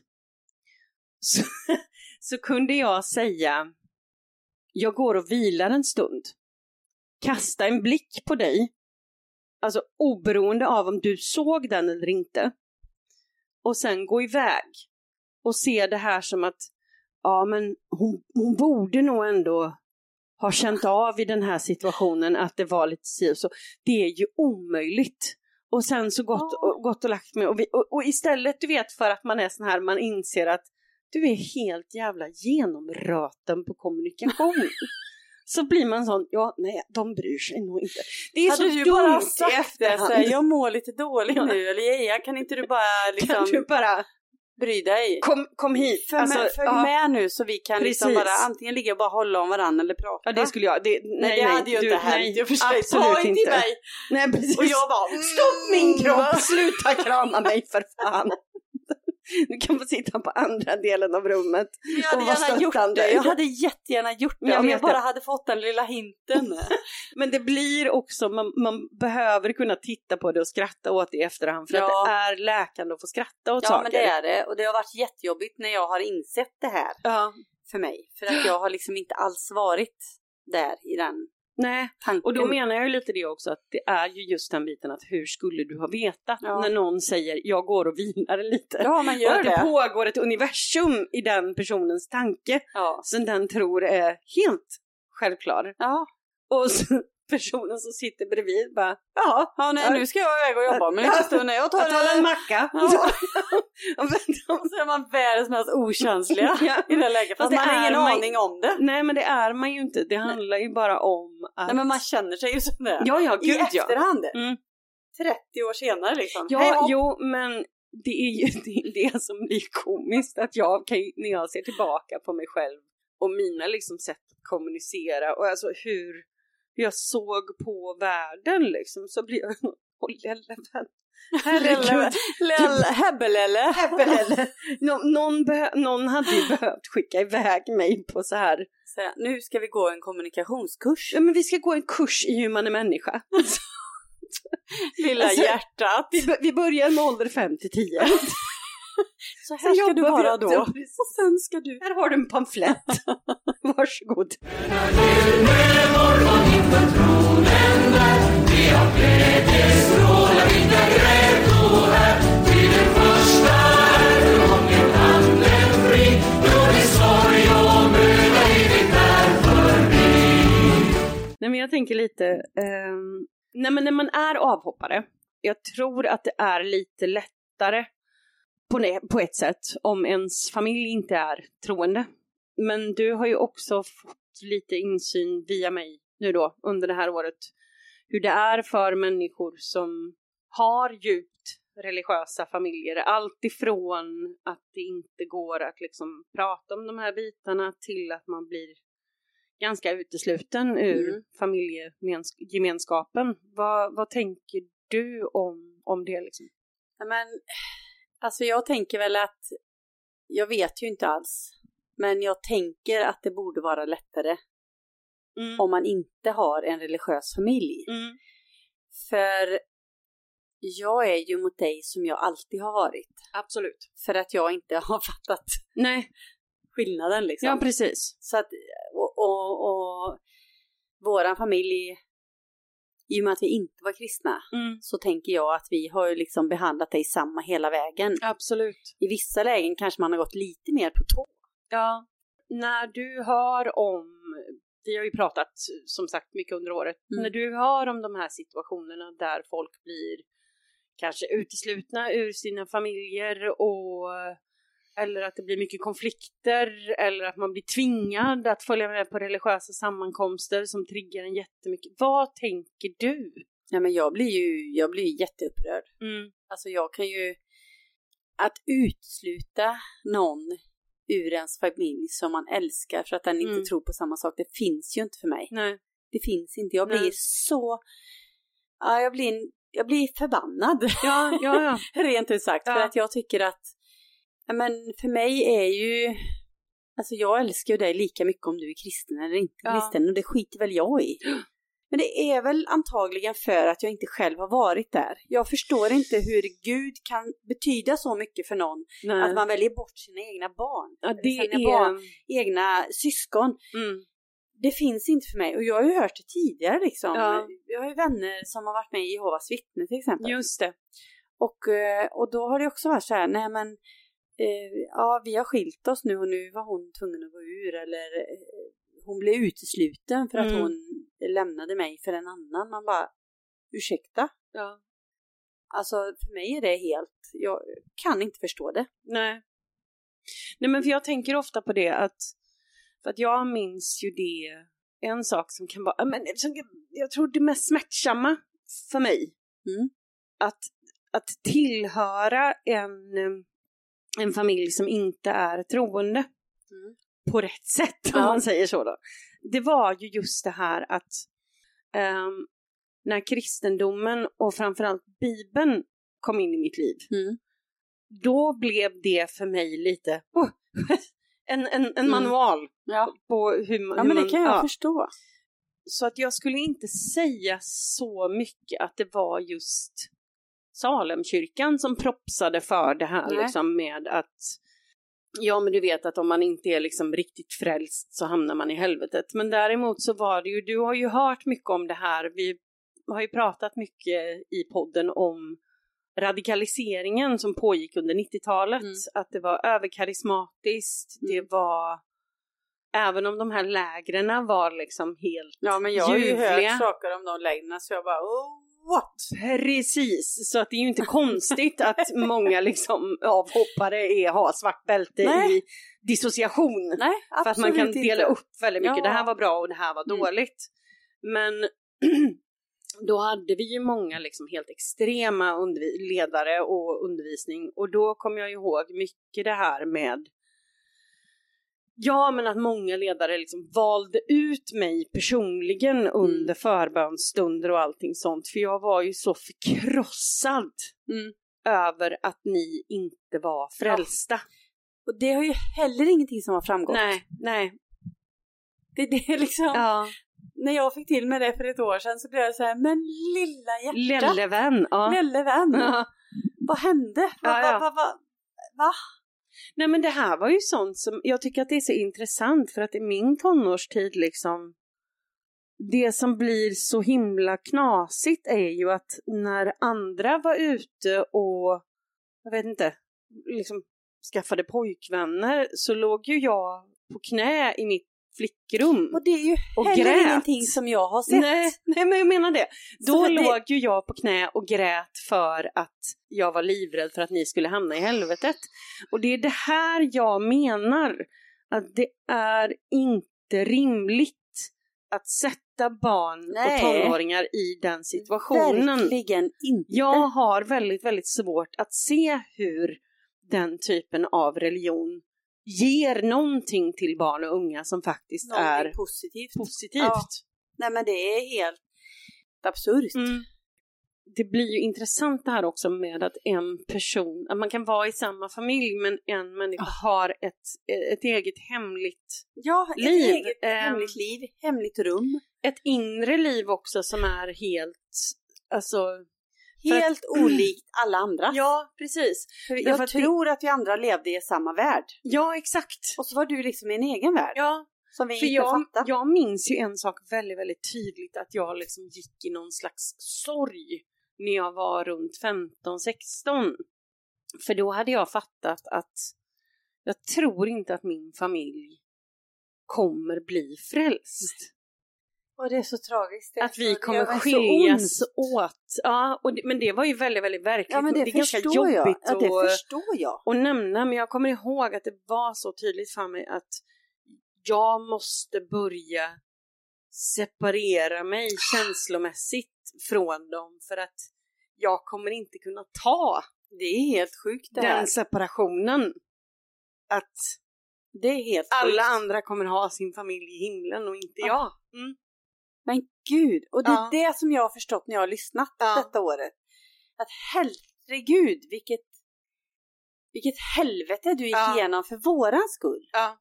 så kunde jag säga: jag går och vilar en stund. Kasta en blick på dig. Alltså oberoende av om du såg den eller inte. Och sen gå iväg. Och se det här som att men hon borde nog ändå ha känt av i den här situationen att det var lite så. Det är ju omöjligt. Och sen så gått och lagt mig. Och istället, du vet, för att man är sån här, man inser att du är helt jävla genomröten på kommunikation. Så blir man sån, de bryr sig nog inte. Det är hade så du dumt bara sagt det, så här, jag mår lite dåligt nu. Eller kan inte du bara liksom... Kan du bara... bry dig. Kom hit. Följ med nu så vi kan liksom bara antingen ligga och bara hålla om varandra eller prata. Ja, det skulle jag. Nej, hade ju inte hänt. Jag förstår absolut inte. Mig. Nej, precis. Och jag bara, stopp min kropp, sluta krama mig för fan. Du kan få sitta på andra delen av rummet. Jag hade jättegärna gjort det. Om jag bara hade fått den lilla hinten. Men det blir också, man behöver kunna titta på det och skratta åt det i efterhand. För att det är läkande att få skratta åt saker. Ja, men det är det. Och det har varit jättejobbigt när jag har insett det här för mig. För att jag har liksom inte alls varit där i den tanken. Och då menar jag ju lite det också, att det är ju just den biten att hur skulle du ha vetat när någon säger jag går och vilar lite. Ja, man gör och det pågår ett universum i den personens tanke som den tror är helt självklar. Ja. Och så personen som sitter bredvid bara, nu ska jag iväg och jobba med lite stund. Jag tar en macka. Och så är man världens mest okänsliga i det läget. Fast man har ingen aning om det. Nej, men det är man ju inte. Det handlar ju bara om att... Nej, men man känner sig ju som det. Ja, gud, i efterhand. 30 år senare liksom. Ja, jo, men det är ju det som blir komiskt. Att när jag ser tillbaka på mig själv och mina liksom sätt att kommunicera och alltså hur jag såg på världen liksom, så blir jag Hebbelelle. Någon hade ju behövt skicka iväg mig på så här. Nu ska vi gå en kommunikationskurs. Ja, men vi ska gå en kurs i hur man är människa. Lilla hjärtat. Vi börjar med ålder 5-10. Så här ska du vara då. Och sen ska du. Här har du en pamflett. Varsågod. Nej, men jag tänker lite men när man är avhoppare, jag tror att det är lite lättare på ett sätt om ens familj inte är troende. Men du har ju också fått lite insyn via mig nu då under det här året hur det är för människor som har djupt religiösa familjer. Allt ifrån att det inte går att liksom prata om de här bitarna till att man blir ganska utesluten ur familjegemenskapen. Vad tänker du om det liksom? Ja, men alltså jag tänker väl att jag vet ju inte alls. Men jag tänker att det borde vara lättare om man inte har en religiös familj. För jag är ju mot dig som jag alltid har varit. Absolut. För att jag inte har fattat skillnaden liksom. Ja, precis. Så att, och våran familj, i och med att vi inte var kristna, så tänker jag att vi har ju liksom behandlat dig samma hela vägen. Absolut. I vissa lägen kanske man har gått lite mer på tå. Ja, när du hör vi har ju pratat som sagt mycket under året, när du hör om de här situationerna där folk blir kanske uteslutna ur sina familjer eller att det blir mycket konflikter eller att man blir tvingad att följa med på religiösa sammankomster som triggar en jättemycket. Vad tänker du? Ja, men jag blir jätteupprörd. Alltså jag kan ju att utesluta någon ur ens familj som man älskar för att den inte tror på samma sak. Det finns ju inte för mig. Nej. Det finns inte. Jag blir jag blir förbannad. Ja. Rent ut sagt. För att jag tycker att men för mig är ju alltså jag älskar ju dig lika mycket om du är kristen eller inte kristen. Och det skiter väl jag i. Men det är väl antagligen för att jag inte själv har varit där. Jag förstår inte hur Gud kan betyda så mycket för någon. Nej. Att man väljer bort sina egna barn. Ja, egna syskon. Det finns inte för mig. Och jag har ju hört det tidigare liksom. Ja. Jag har ju vänner som har varit med i Jehovas vittnen till exempel. Just det. Och då har det också varit så här, nej men vi har skilt oss nu och nu var hon tvungen att gå ur eller hon blev utesluten för att hon lämnade mig för en annan. Man bara, ursäkta? Ja. Alltså för mig är det helt, jag kan inte förstå det. Nej, men för jag tänker ofta på det för att jag minns ju det, en sak som kan vara, men jag tror det mest smärtsamma för mig att tillhöra en familj som inte är troende på rätt sätt, om man säger så då. Det var ju just det här att när kristendomen och framförallt Bibeln kom in i mitt liv, då blev det för mig lite en manual på hur man... Ja, men det kan jag förstå. Så att jag skulle inte säga så mycket att det var just Salemkyrkan som propsade för det här liksom, med att men du vet att om man inte är liksom riktigt frälst så hamnar man i helvetet. Men däremot så var det ju, du har ju hört mycket om det här. Vi har ju pratat mycket i podden om radikaliseringen som pågick under 90-talet. Att det var överkarismatiskt, det var även om de här lägren var liksom helt Ja, men jag har ju ljuvliga. hört saker om de lägren så jag bara, what? Precis, så att det är ju inte konstigt att många liksom avhoppare har svart bälte i dissociation. Nej, för att man kan dela upp väldigt mycket. Ja. Det här var bra och det här var dåligt. Men då hade vi ju många liksom helt extrema ledare och undervisning. Och då kom jag ihåg mycket det här med men att många ledare liksom valde ut mig personligen under förbönsstunder och allting sånt. För jag var ju så förkrossad över att ni inte var frälsta. Ja. Och det har ju heller ingenting som har framgått. Nej. Det är liksom... Ja. När jag fick till med det för ett år sedan så blev jag så här, men lilla hjärta. Lillevän. Ja. Lillevän. Ja. Vad hände? Va? Nej, men det här var ju sånt som jag tycker att det är så intressant, för att i min tonårstid liksom, det som blir så himla knasigt är ju att när andra var ute och jag vet inte, liksom skaffade pojkvänner, så låg ju jag på knä i mitt flickrum. Och det är ju heller ingenting som jag har sett. Nej, men jag menar det. Då låg ju jag på knä och grät för att jag var livrädd för att ni skulle hamna i helvetet. Och det är det här jag menar. Att det är inte rimligt att sätta barn och tonåringar i den situationen. Verkligen inte. Jag har väldigt, väldigt svårt att se hur den typen av religion ger någonting till barn och unga som faktiskt någonting är positivt. Ja. Nej, men det är helt absurt. Det blir ju intressant det här också med att en person, att man kan vara i samma familj men en människa har ett eget hemligt liv. Ett eget hemligt liv, hemligt rum. Ett inre liv också som är helt olikt alla andra. Ja, precis. Jag tror att vi andra levde i samma värld. Ja, exakt. Och så var du liksom i en egen värld. Ja. Som vi inte fattade. Jag minns ju en sak väldigt, väldigt tydligt, att jag liksom gick i någon slags sorg när jag var runt 15-16. För då hade jag fattat att jag tror inte att min familj kommer bli frälst. Och det är så tragiskt. Att vi kommer skiljas åt. Ja, men det var ju väldigt, väldigt verkligt. Ja, men det är ganska jobbigt det förstår jag. Och nämna, men jag kommer ihåg att det var så tydligt för mig att jag måste börja separera mig känslomässigt från dem, för att jag kommer inte kunna ta det är helt sjukt det den här. Separationen. Att det är helt alla andra kommer ha sin familj i himlen och inte jag. Men gud, och det är det som jag har förstått när jag har lyssnat detta året. Att herregud, vilket helvete du gick igenom för våran skull. Ja.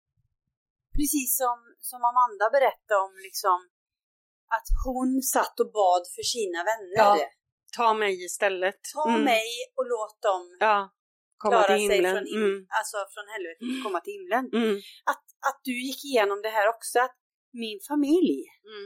Precis som Amanda berättade om liksom, att hon satt och bad för sina vänner. Ja. Ta mig istället. Ta mig och låt dem komma klara till sig himlen. alltså från helvetet och komma till himlen. Att du gick igenom det här också, att min familj,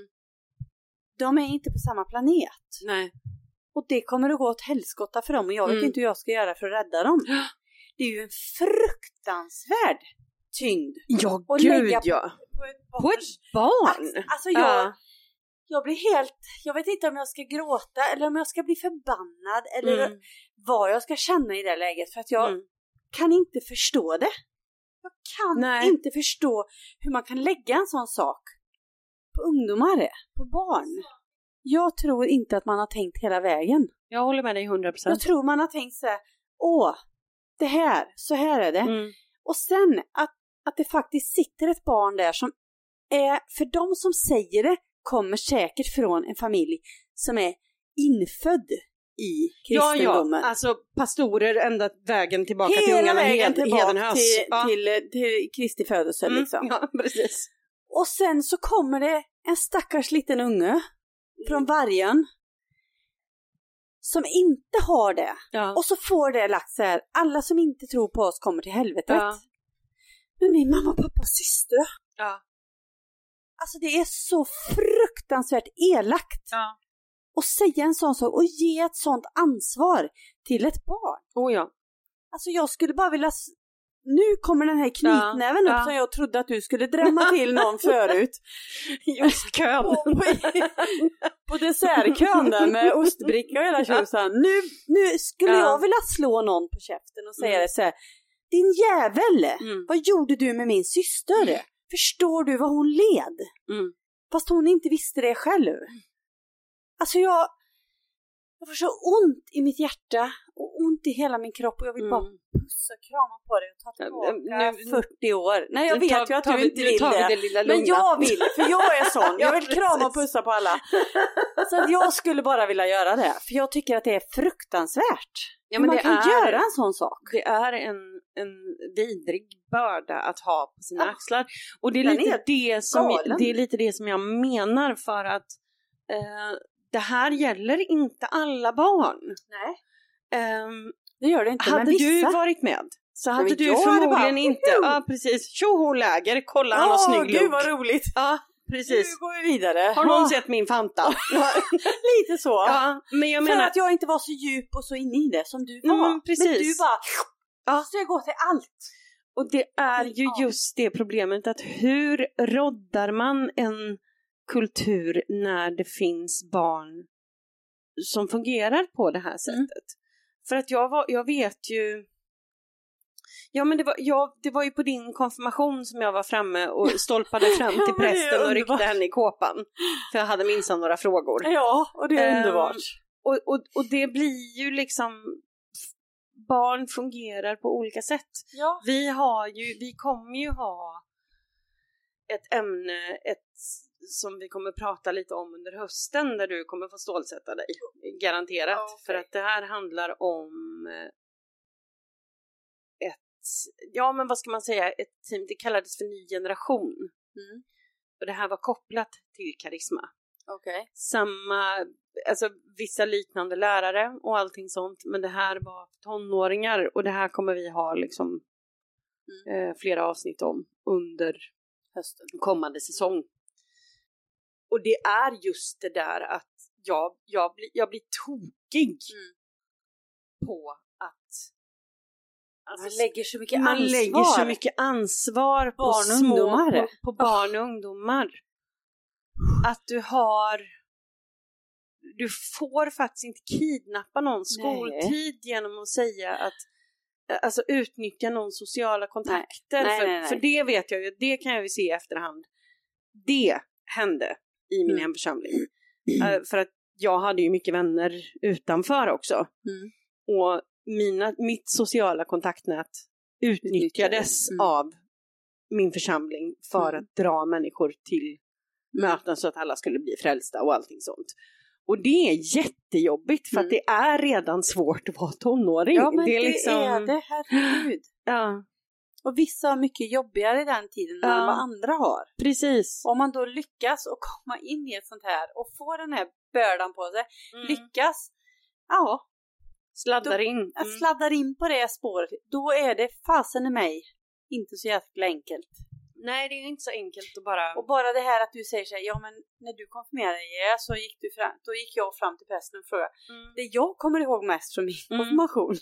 de är inte på samma planet. Nej. Och det kommer att gå åt helskotta för dem, och jag vet inte hur jag ska göra för att rädda dem. Det är ju en fruktansvärd tyngd. Ja, gud ja. På ett barn. Alltså jag blir helt, jag vet inte om jag ska gråta eller om jag ska bli förbannad eller vad jag ska känna i det läget, för att jag kan inte förstå det. Jag kan inte förstå hur man kan lägga en sån sak på ungdomar, på barn. Jag tror inte att man har tänkt hela vägen. Jag håller med dig 100%. Jag tror man har tänkt så här, det här, så här är det. Och sen att det faktiskt sitter ett barn där som är, för de som säger det kommer säkert från en familj som är infödd i kristendomen. Ja, alltså pastorer ända vägen tillbaka till hela ungarna vägen tillbaka till Kristi födelse liksom. Ja, precis. Och sen så kommer det en stackars liten unge från Vargen som inte har det. Ja. Och så får det lagt så här, alla som inte tror på oss kommer till helvetet. Ja. Men min mamma, pappa, syster. Ja. Alltså det är så fruktansvärt elakt. Ja. Och säga en sån sak och ge ett sånt ansvar till ett barn. Oh ja. Alltså jag skulle bara vilja nu kommer den här knytnäven upp som jag trodde att du skulle drämma till någon förut. Just kön. På dessertkön där med ostbricka och hela tjosan. Nu skulle jag vilja slå någon på käften och säga det så här. Din jävel, vad gjorde du med min syster? Förstår du vad hon led? Fast hon inte visste det själv. Alltså jag får så ont i mitt hjärta och ont i hela min kropp och jag vill bara pussa och krama på dig och ta tillbaka 40 år. Nej, jag vet ju att du inte vill det. Men jag vill, för jag är sån. Jag vill krama och pussa på alla. Så att jag skulle bara vilja göra det. För jag tycker att det är fruktansvärt. Ja, men man kan göra en sån sak. Det är en vidrig börda att ha på sina axlar. Och det är lite det som jag menar, för att det här gäller inte alla barn. Nej. Det gör det inte. Hade du varit med så hade du förmodligen inte. Ja, precis. Tjoho-läger, kolla han har snygg look. Gud vad roligt. Ja, precis. Nu går vi vidare. Har någon sett min Fanta? Lite så. Ja, men jag menar för att jag inte var så djup och så inne i det som du var. Precis. Men du bara, så jag går till allt. Och det är ju just det problemet, att hur roddar man en kultur när det finns barn som fungerar på det här sättet? För att jag vet ju, ja men det var ju på din konfirmation som jag var framme och stolpade fram till prästen och ryckte henne i kåpan. För jag hade minsann några frågor. Ja, och det är underbart. Och det blir ju liksom, barn fungerar på olika sätt. Ja. Vi kommer ju ha ett ämne, som vi kommer prata lite om under hösten, där du kommer få stålsätta dig, garanterat. Okay. För att det här handlar om vad ska man säga, ett team, det kallades för ny generation. Och det här var kopplat till karisma. Okay. Vissa liknande lärare och allting sånt, men det här var tonåringar, och det här kommer vi ha liksom flera avsnitt om under hösten, kommande säsong. Och det är just det där att jag blir tokig på att man lägger så mycket ansvar. Man lägger så mycket ansvar på barn och ungdomar. Att du får faktiskt inte kidnappa någon skoltid genom att säga att, alltså utnyttja någon sociala kontakter. Nej. För det vet jag ju, det kan jag ju se i efterhand. Det hände i min hemförsamling. För att jag hade ju mycket vänner utanför också. Och mitt sociala kontaktnät utnyttjades av min församling för att dra människor till möten så att alla skulle bli frälsta och allting sånt. Och det är jättejobbigt, för att det är redan svårt att vara tonåring. Ja, men det är det, herregud. Ja. Och vissa har mycket jobbigare i den tiden än vad andra har. Precis. Om man då lyckas att komma in i ett sånt här och få den här bördan på sig, lyckas, sladdar in på det spåret, då är det fasen i mig inte så jävla enkelt. Nej, det är inte så enkelt att bara... Och bara det här att du säger så här, ja men när du konfirmerade dig så då gick jag fram till prästen och frågade. Det jag kommer ihåg mest från min konfirmation.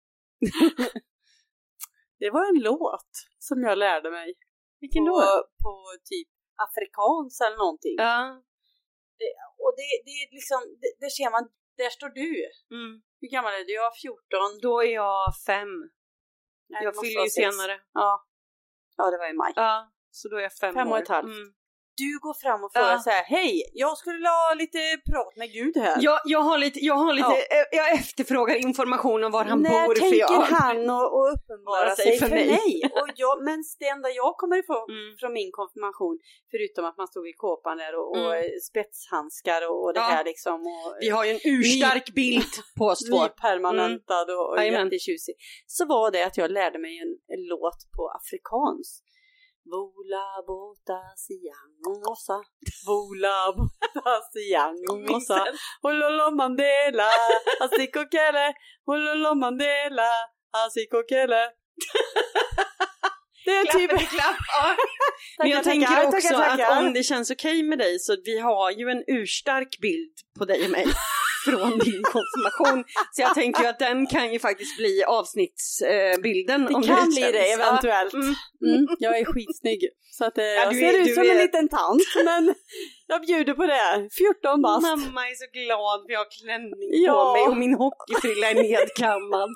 Det var en låt som jag lärde mig. Vilken låt? På typ afrikans eller någonting. Ja. Och det är liksom, det ser man, där står du. Hur gammal är du? Jag är 14. Då är jag 5. Jag fyller ju senare. Ja, det var i maj. Ja, så då är jag 5 år. och ett halvt. Du går fram och frågar så här: hej, jag skulle ha lite prat med Gud här. Jag efterfrågar information om var han bor. När tänker han och uppenbara sig för mig? Och men det enda jag kommer ifrån från min konfirmation, förutom att man stod i kåpan där och spetshandskar och det här liksom. Och, vi har ju en urstark bild på oss två. Nypermanentad och jättetjusig. Så var det att jag lärde mig en låt på afrikans. Vola bota siangosa, vola bota siangosa, hololo Mandela, asiko kele, hololo Mandela, asiko kele. Det är typ klapp. Men jag tänker också att om det känns okej med dig, så vi har ju en urstark bild på dig och mig. från din konfirmation. Så jag tänker ju att den kan ju faktiskt bli avsnittsbilden. Det kan bli det eventuellt. Jag är skitsnygg. Så att jag ser ut som en liten tant. Men jag bjuder på det. 14 bast. Mamma är så glad för jag har klänning på mig och min hockeyfrilla är nedkammad.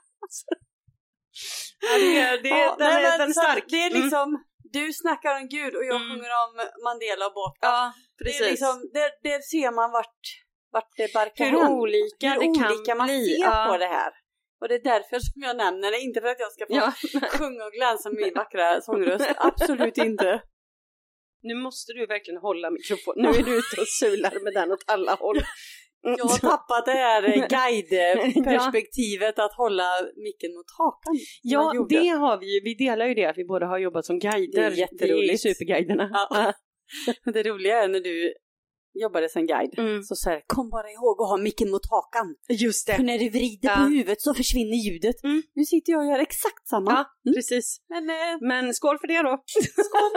Den är stark. Det är liksom, du snackar om Gud och jag sjunger om Mandela och Botha. Ja, precis. Det är liksom, det ser man vart det barkar hur hem. olika hur det olika kan man bli. ser på det här. Och det är därför som jag nämner det. Inte för att jag ska få sjunga och glänsa med min vackra sångröst. Absolut inte. Nu måste du verkligen hålla mikrofonen. Nu är du ute och sular med den åt alla håll. Jag har tappat det här guide-perspektivet att hålla micken mot hakan. Ja, det har vi ju. Vi delar ju det att vi båda har jobbat som guider. Det är jätteroligt. Det är superguiderna. Ja. Det roliga är när du jobbade som guide så säger kom bara ihåg att ha micken mot hakan. Just det. För när du vrider på huvudet så försvinner ljudet. Nu sitter jag och gör exakt samma. Ja, precis. Men skål för det då. Skål.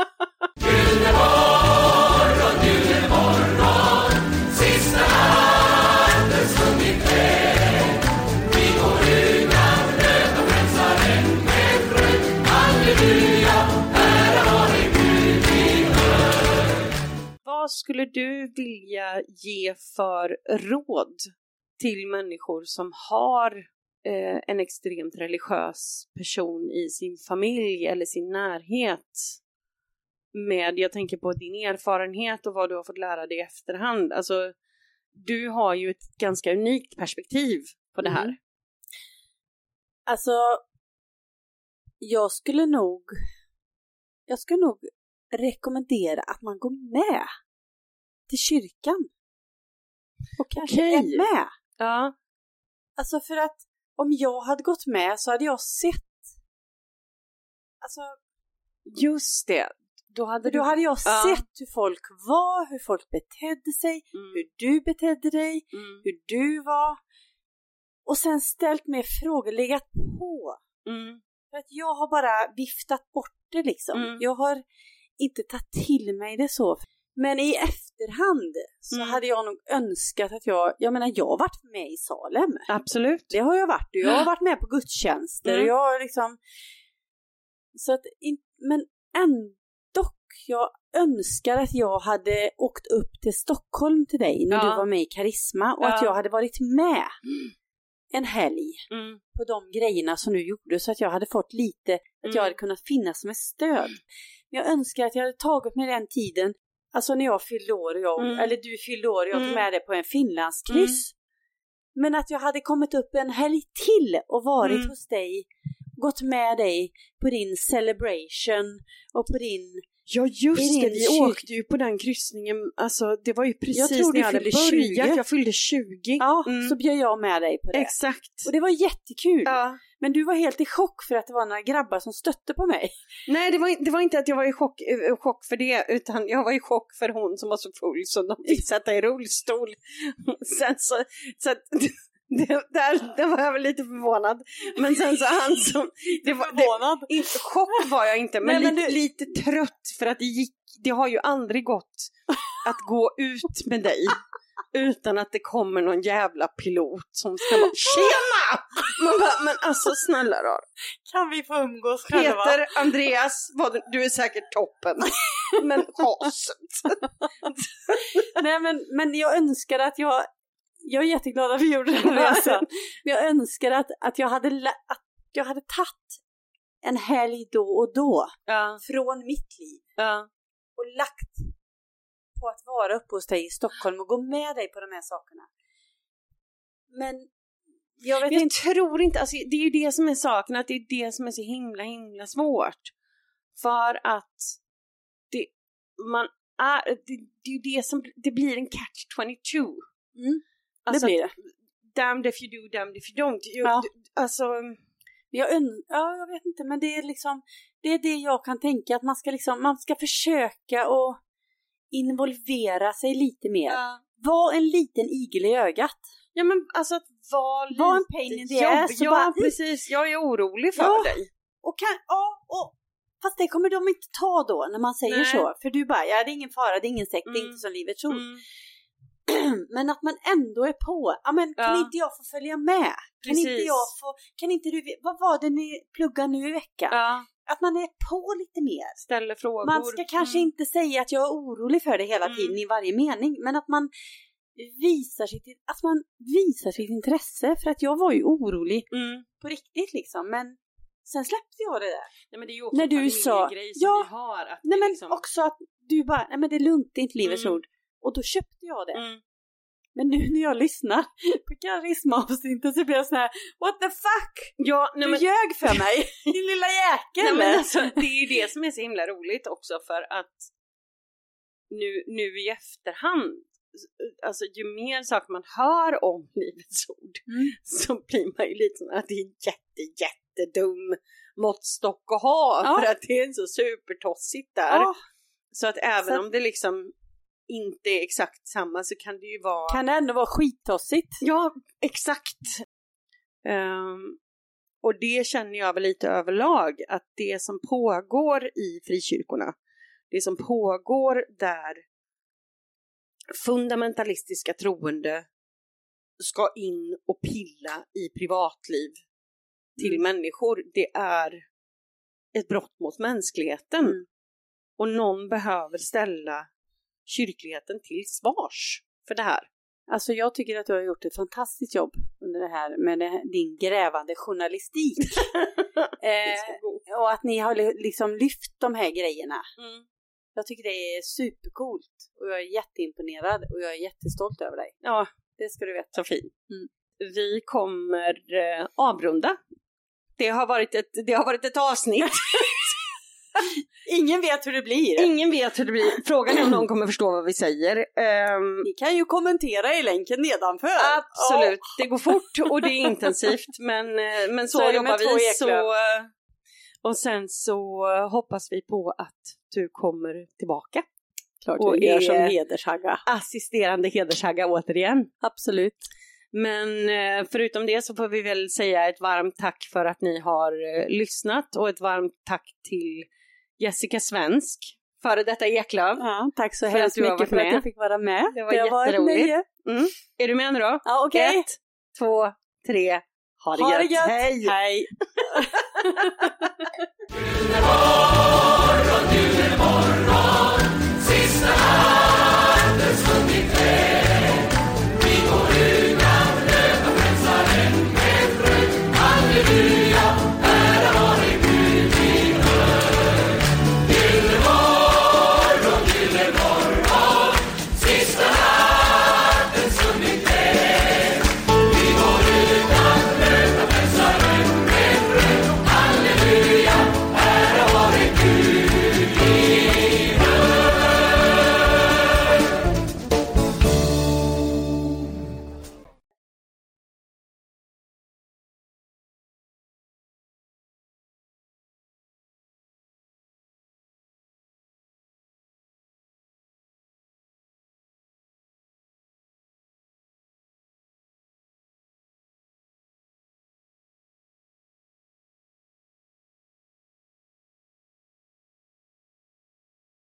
Julemorgon, sista natten sjungit väl. Vi går utan bröd och frälsaren med fröjd. Halleluja, ära vare Gud vi hör. Vad skulle du vilja ge för råd till människor som har en extremt religiös person i sin familj eller sin närhet? Jag tänker på din erfarenhet och vad du har fått lära dig i efterhand. Alltså, du har ju ett ganska unikt perspektiv på det här. Alltså, jag skulle nog rekommendera att man går med till kyrkan. Och kanske är med. Ja. Alltså för att om jag hade gått med så hade jag sett. Alltså, just det. Då hade jag sett hur folk var, hur folk betedde sig, hur du betedde dig, hur du var. Och sen ställt mig frågor, legat på. För att jag har bara viftat bort det liksom. Jag har inte tagit till mig det så. Men i efterhand så hade jag nog önskat att jag har varit med i Salem. Absolut. Det har jag varit. Jag har varit med på gudstjänster. Och jag har liksom... Så att, men ändå. Jag önskar att jag hade åkt upp till Stockholm till dig när du var med i Karisma och att jag hade varit med en helg på de grejerna som du gjorde så att jag hade fått lite, att jag hade kunnat finnas som ett stöd. Jag önskar att jag hade tagit mig den tiden, alltså när jag fyllde år eller du fyllde år och jag tog med dig på en Finlandskryss. Men att jag hade kommit upp en helg till och varit hos dig, gått med dig på din celebration och på din... Ja just det, vi åkte ju på den kryssningen, alltså det var ju precis när jag hade börjat, jag fyllde 20. Ja, så bjöd jag med dig på det. Exakt. Och det var jättekul. Ja. Men du var helt i chock för att det var några grabbar som stötte på mig. Nej, det var inte att jag var i chock för det, utan jag var i chock för hon som var så full som de fick sätta i rullstol. Sen så att... Där var jag väl lite förvånad. Men sen så han som... chock var jag inte, men lite trött. För att det har ju aldrig gått att gå ut med dig utan att det kommer någon jävla pilot som ska bara tjena! Man bara, men alltså snälla då. Kan vi få umgås själva? Peter, Andreas, du är säkert toppen. Men haset. Nej men jag önskar att jag är jätteglad att vi gjorde den resan. Men jag önskar att jag hade tagit en helg då och då från mitt liv och lagt på att vara uppe hos dig i Stockholm och gå med dig på de här sakerna. Men jag tror inte, alltså det är ju det som är saken, att det är det som är så himla svårt. För att det är ju det som det blir en catch-22. Alltså, det blir det. Damned if you do, damned if you don't. Alltså... jag vet inte, men det är liksom... Det är det jag kan tänka, att man ska försöka att involvera sig lite mer. Var en liten igel i ögat. Ja, men alltså att var en pain in the ass. Precis. Jag är orolig för dig. Fast det kommer de inte ta då, när man säger så. För du bara, det är ingen fara, det är ingen sekt, det är inte som livet tror. Men att man ändå är på. Ja, men kan inte jag få följa med? Kan inte du, vad var det ni pluggar nu i veckan? Ja. Att man är på lite mer. Ställer frågor. Man ska kanske inte säga att jag är orolig för det hela tiden i varje mening. Men att man visar sitt intresse. För att jag var ju orolig på riktigt liksom. Men sen släppte jag det där. Nej, men det är ju också när du sa, grej som vi har. Att nej, men liksom... också att du bara, nej men det är lugnt, det är inte livets ord. Och då köpte jag det. Men nu när jag lyssnar på karismaavsnittet så blir jag så här, what the fuck? Ja, du ljög för mig, din lilla jäkel. Nej, men alltså, det är ju det som är så himla roligt också, för att nu i efterhand, alltså ju mer saker man hör om livets ord så blir man ju lite sån att det är jättedum måttstock att ha, för att det är så supertossigt där. Så att även om det liksom inte är exakt samma så kan det ju vara... Kan det ändå vara skittossigt? Ja, exakt. Och det känner jag väl lite överlag, att det som pågår i frikyrkorna, det som pågår där fundamentalistiska troende ska in och pilla i privatliv till människor, det är ett brott mot mänskligheten. Och någon behöver ställa kyrkligheten till svars för det här. Alltså jag tycker att du har gjort ett fantastiskt jobb under det här med din grävande journalistik. Och att ni har liksom lyft de här grejerna. Jag tycker det är supercoolt. Och jag är jätteimponerad. Och jag är jättestolt över dig. Ja, det ska du veta. Så fint. Vi kommer avrunda. Det har varit ett avsnitt. Ingen vet hur det blir. Ingen vet hur det blir. Frågan är om någon kommer förstå vad vi säger. Ni kan ju kommentera i länken nedanför. Absolut. Det går fort och det är intensivt. Men så jobbar vi. Så, och sen så hoppas vi på att du kommer tillbaka. Klart och är som hedershagga. Assisterande hedershagga återigen. Absolut. Men förutom det så får vi väl säga ett varmt tack för att ni har lyssnat. Och ett varmt tack till Jessica Svensk, före detta Eklöf. Ja, tack så hemskt mycket för att jag fick vara med. Det var jätteroligt. Är du med nu då? Ja, okej. 1, 2, 3. Ha det gött. Hej. Hej. Du är morgon,